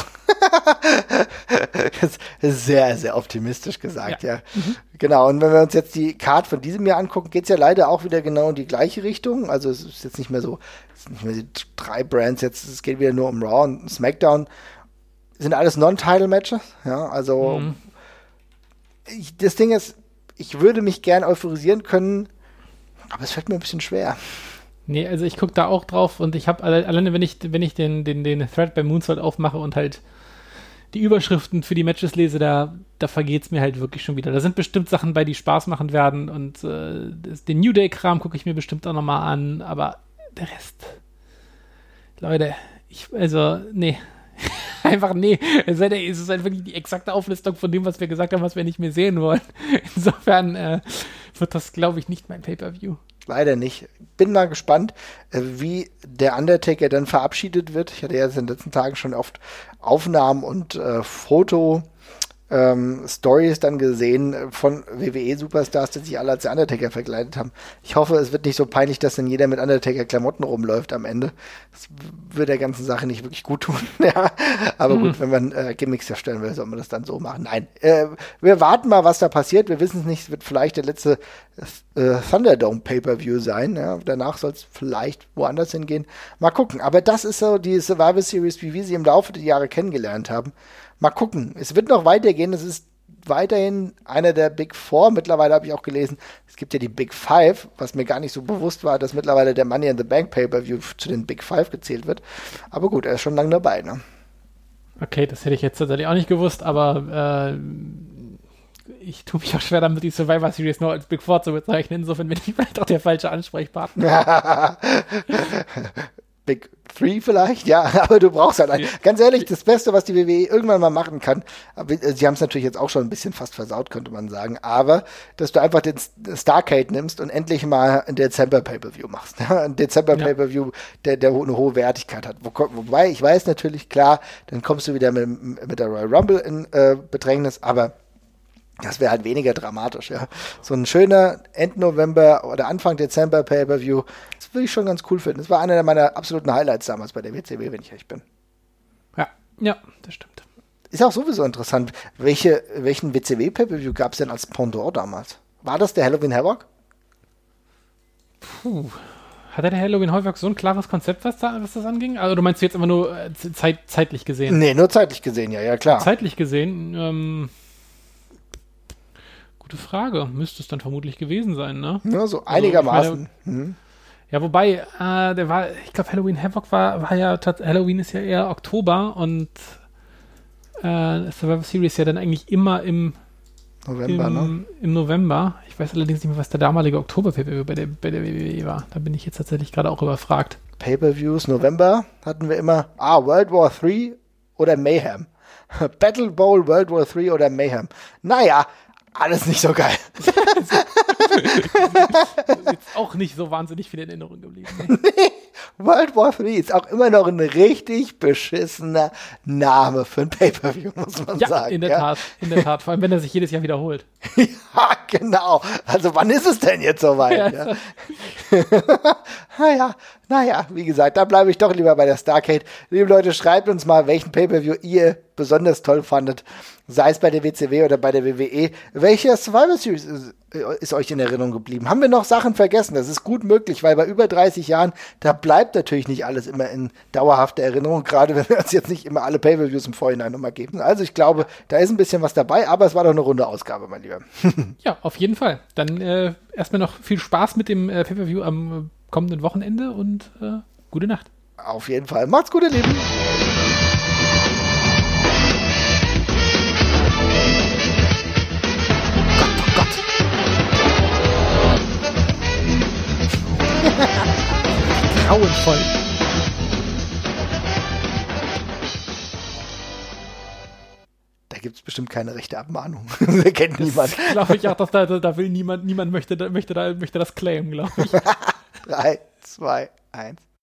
Das ist sehr, sehr optimistisch gesagt, ja. ja. Mhm. Genau, und wenn wir uns jetzt die Card von diesem Jahr angucken, geht es ja leider auch wieder genau in die gleiche Richtung. Also es ist jetzt nicht mehr so, es sind nicht mehr die drei Brands, jetzt es geht wieder nur um Raw und SmackDown. Sind alles Non-Title-Matches, ja, also mhm. ich, das Ding ist, ich würde mich gern euphorisieren können, aber es fällt mir ein bisschen schwer. Nee, also ich gucke da auch drauf und ich habe alle, alleine, wenn ich, wenn ich den, den, den Thread bei Moonsault aufmache und halt die Überschriften für die Matches lese, da, da vergeht es mir halt wirklich schon wieder. Da sind bestimmt Sachen bei, die Spaß machen werden und äh, das, den New Day-Kram gucke ich mir bestimmt auch nochmal an, aber der Rest, Leute, ich, also, nee. Einfach nee. Es ist halt wirklich die exakte Auflistung von dem, was wir gesagt haben, was wir nicht mehr sehen wollen. Insofern äh, wird das, glaube ich, nicht mein Pay-Per-View. Leider nicht. Bin mal gespannt, wie der Undertaker dann verabschiedet wird. Ich hatte ja in den letzten Tagen schon oft Aufnahmen und äh, Foto ähm, Stories dann gesehen von W W E-Superstars, die sich alle als der Undertaker verkleidet haben. Ich hoffe, es wird nicht so peinlich, dass dann jeder mit Undertaker-Klamotten rumläuft am Ende. Das würde der ganzen Sache nicht wirklich gut tun. Ja. Aber mhm. gut, wenn man äh, Gimmicks erstellen will, soll man das dann so machen. Nein, äh, wir warten mal, was da passiert. Wir wissen es nicht. Es wird vielleicht der letzte äh, Thunderdome Pay-Per-View sein. Ja. Danach soll es vielleicht woanders hingehen. Mal gucken. Aber das ist so die Survivor Series, wie wir sie im Laufe der Jahre kennengelernt haben. Mal gucken. Es wird noch weitergehen. Es ist weiterhin einer der Big Four. Mittlerweile habe ich auch gelesen, es gibt ja die Big Five, was mir gar nicht so bewusst war, dass mittlerweile der Money in the Bank Pay-Per-View zu den Big Five gezählt wird. Aber gut, er ist schon lange dabei, ne? Okay, das hätte ich jetzt tatsächlich auch nicht gewusst, aber äh, ich tue mich auch schwer damit, die Survivor Series nur als Big Four zu bezeichnen. Insofern bin ich vielleicht auch der falsche Ansprechpartner. Big Three vielleicht, ja, aber du brauchst halt einen. Ganz ehrlich, das Beste, was die W W E irgendwann mal machen kann, sie haben es natürlich jetzt auch schon ein bisschen fast versaut, könnte man sagen, aber dass du einfach den Starcade nimmst und endlich mal ein Dezember-Pay-Per-View machst. Ein Dezember-Pay-Per-View, der, der eine hohe Wertigkeit hat. Wo, wobei, ich weiß natürlich, klar, dann kommst du wieder mit, mit der Royal Rumble in äh, Bedrängnis, aber das wäre halt weniger dramatisch, ja. So ein schöner End-November oder Anfang Dezember Pay-Per-View, das würde ich schon ganz cool finden. Das war einer meiner absoluten Highlights damals bei der W C W, wenn ich ehrlich bin. Ja, ja, das stimmt. Ist auch sowieso interessant, welche, welchen W C W Pay-Per-View gab es denn als Pendant damals? War das der Halloween Havoc? Puh. Hatte der Halloween Havoc so ein klares Konzept, was, da, was das anging? Also du meinst jetzt immer nur äh, zeit, zeitlich gesehen? Nee, nur zeitlich gesehen, ja, ja, klar. Zeitlich gesehen, ähm... Gute Frage. Müsste es dann vermutlich gewesen sein, ne? Ja, so einigermaßen. Also, meine, mhm. Ja, wobei, äh, der war, ich glaube, Halloween Havoc war, war ja, Halloween ist ja eher Oktober und äh, Survivor Series ja dann eigentlich immer im November, im, ne? Im November. Ich weiß allerdings nicht mehr, was der damalige Oktober-Pay-Per-View bei der, bei der W W E war. Da bin ich jetzt tatsächlich gerade auch überfragt. Pay-Per-Views, November hatten wir immer, ah, World War drei oder Mayhem. Battle Bowl, World War drei oder Mayhem. Naja, alles nicht so geil. Jetzt auch nicht so wahnsinnig viel in Erinnerung geblieben. Ne? Nee, World War drei ist auch immer noch ein richtig beschissener Name für ein Pay-Per-View, muss man ja, sagen. In der ja, Tat, in der Tat. Vor allem, wenn er sich jedes Jahr wiederholt. Ja, genau. Also wann ist es denn jetzt soweit? Ja, ja. naja, naja, wie gesagt, da bleibe ich doch lieber bei der Starcade. Liebe Leute, schreibt uns mal, welchen Pay-Per-View ihr besonders toll fandet, sei es bei der W C W oder bei der W W E. Welcher Survivor Series ist, ist euch in Erinnerung geblieben? Haben wir noch Sachen vergessen? Das ist gut möglich, weil bei über dreißig Jahren, da bleibt natürlich nicht alles immer in dauerhafter Erinnerung, gerade wenn wir uns jetzt nicht immer alle Pay-Per-Views im Vorhinein nochmal geben. Also ich glaube, da ist ein bisschen was dabei, aber es war doch eine runde Ausgabe, mein Lieber. Ja, auf jeden Fall. Dann äh, erstmal noch viel Spaß mit dem äh, Pay-Per-View am äh, kommenden Wochenende und äh, gute Nacht. Auf jeden Fall. Macht's gut, ihr Lieben. grauenvoll. Da gibt es bestimmt keine rechte Abmahnung. Das kennt niemand. Glaube ich auch, dass da, da will niemand, niemand möchte, möchte, da, möchte das claimen, glaube ich. Drei, zwei, eins.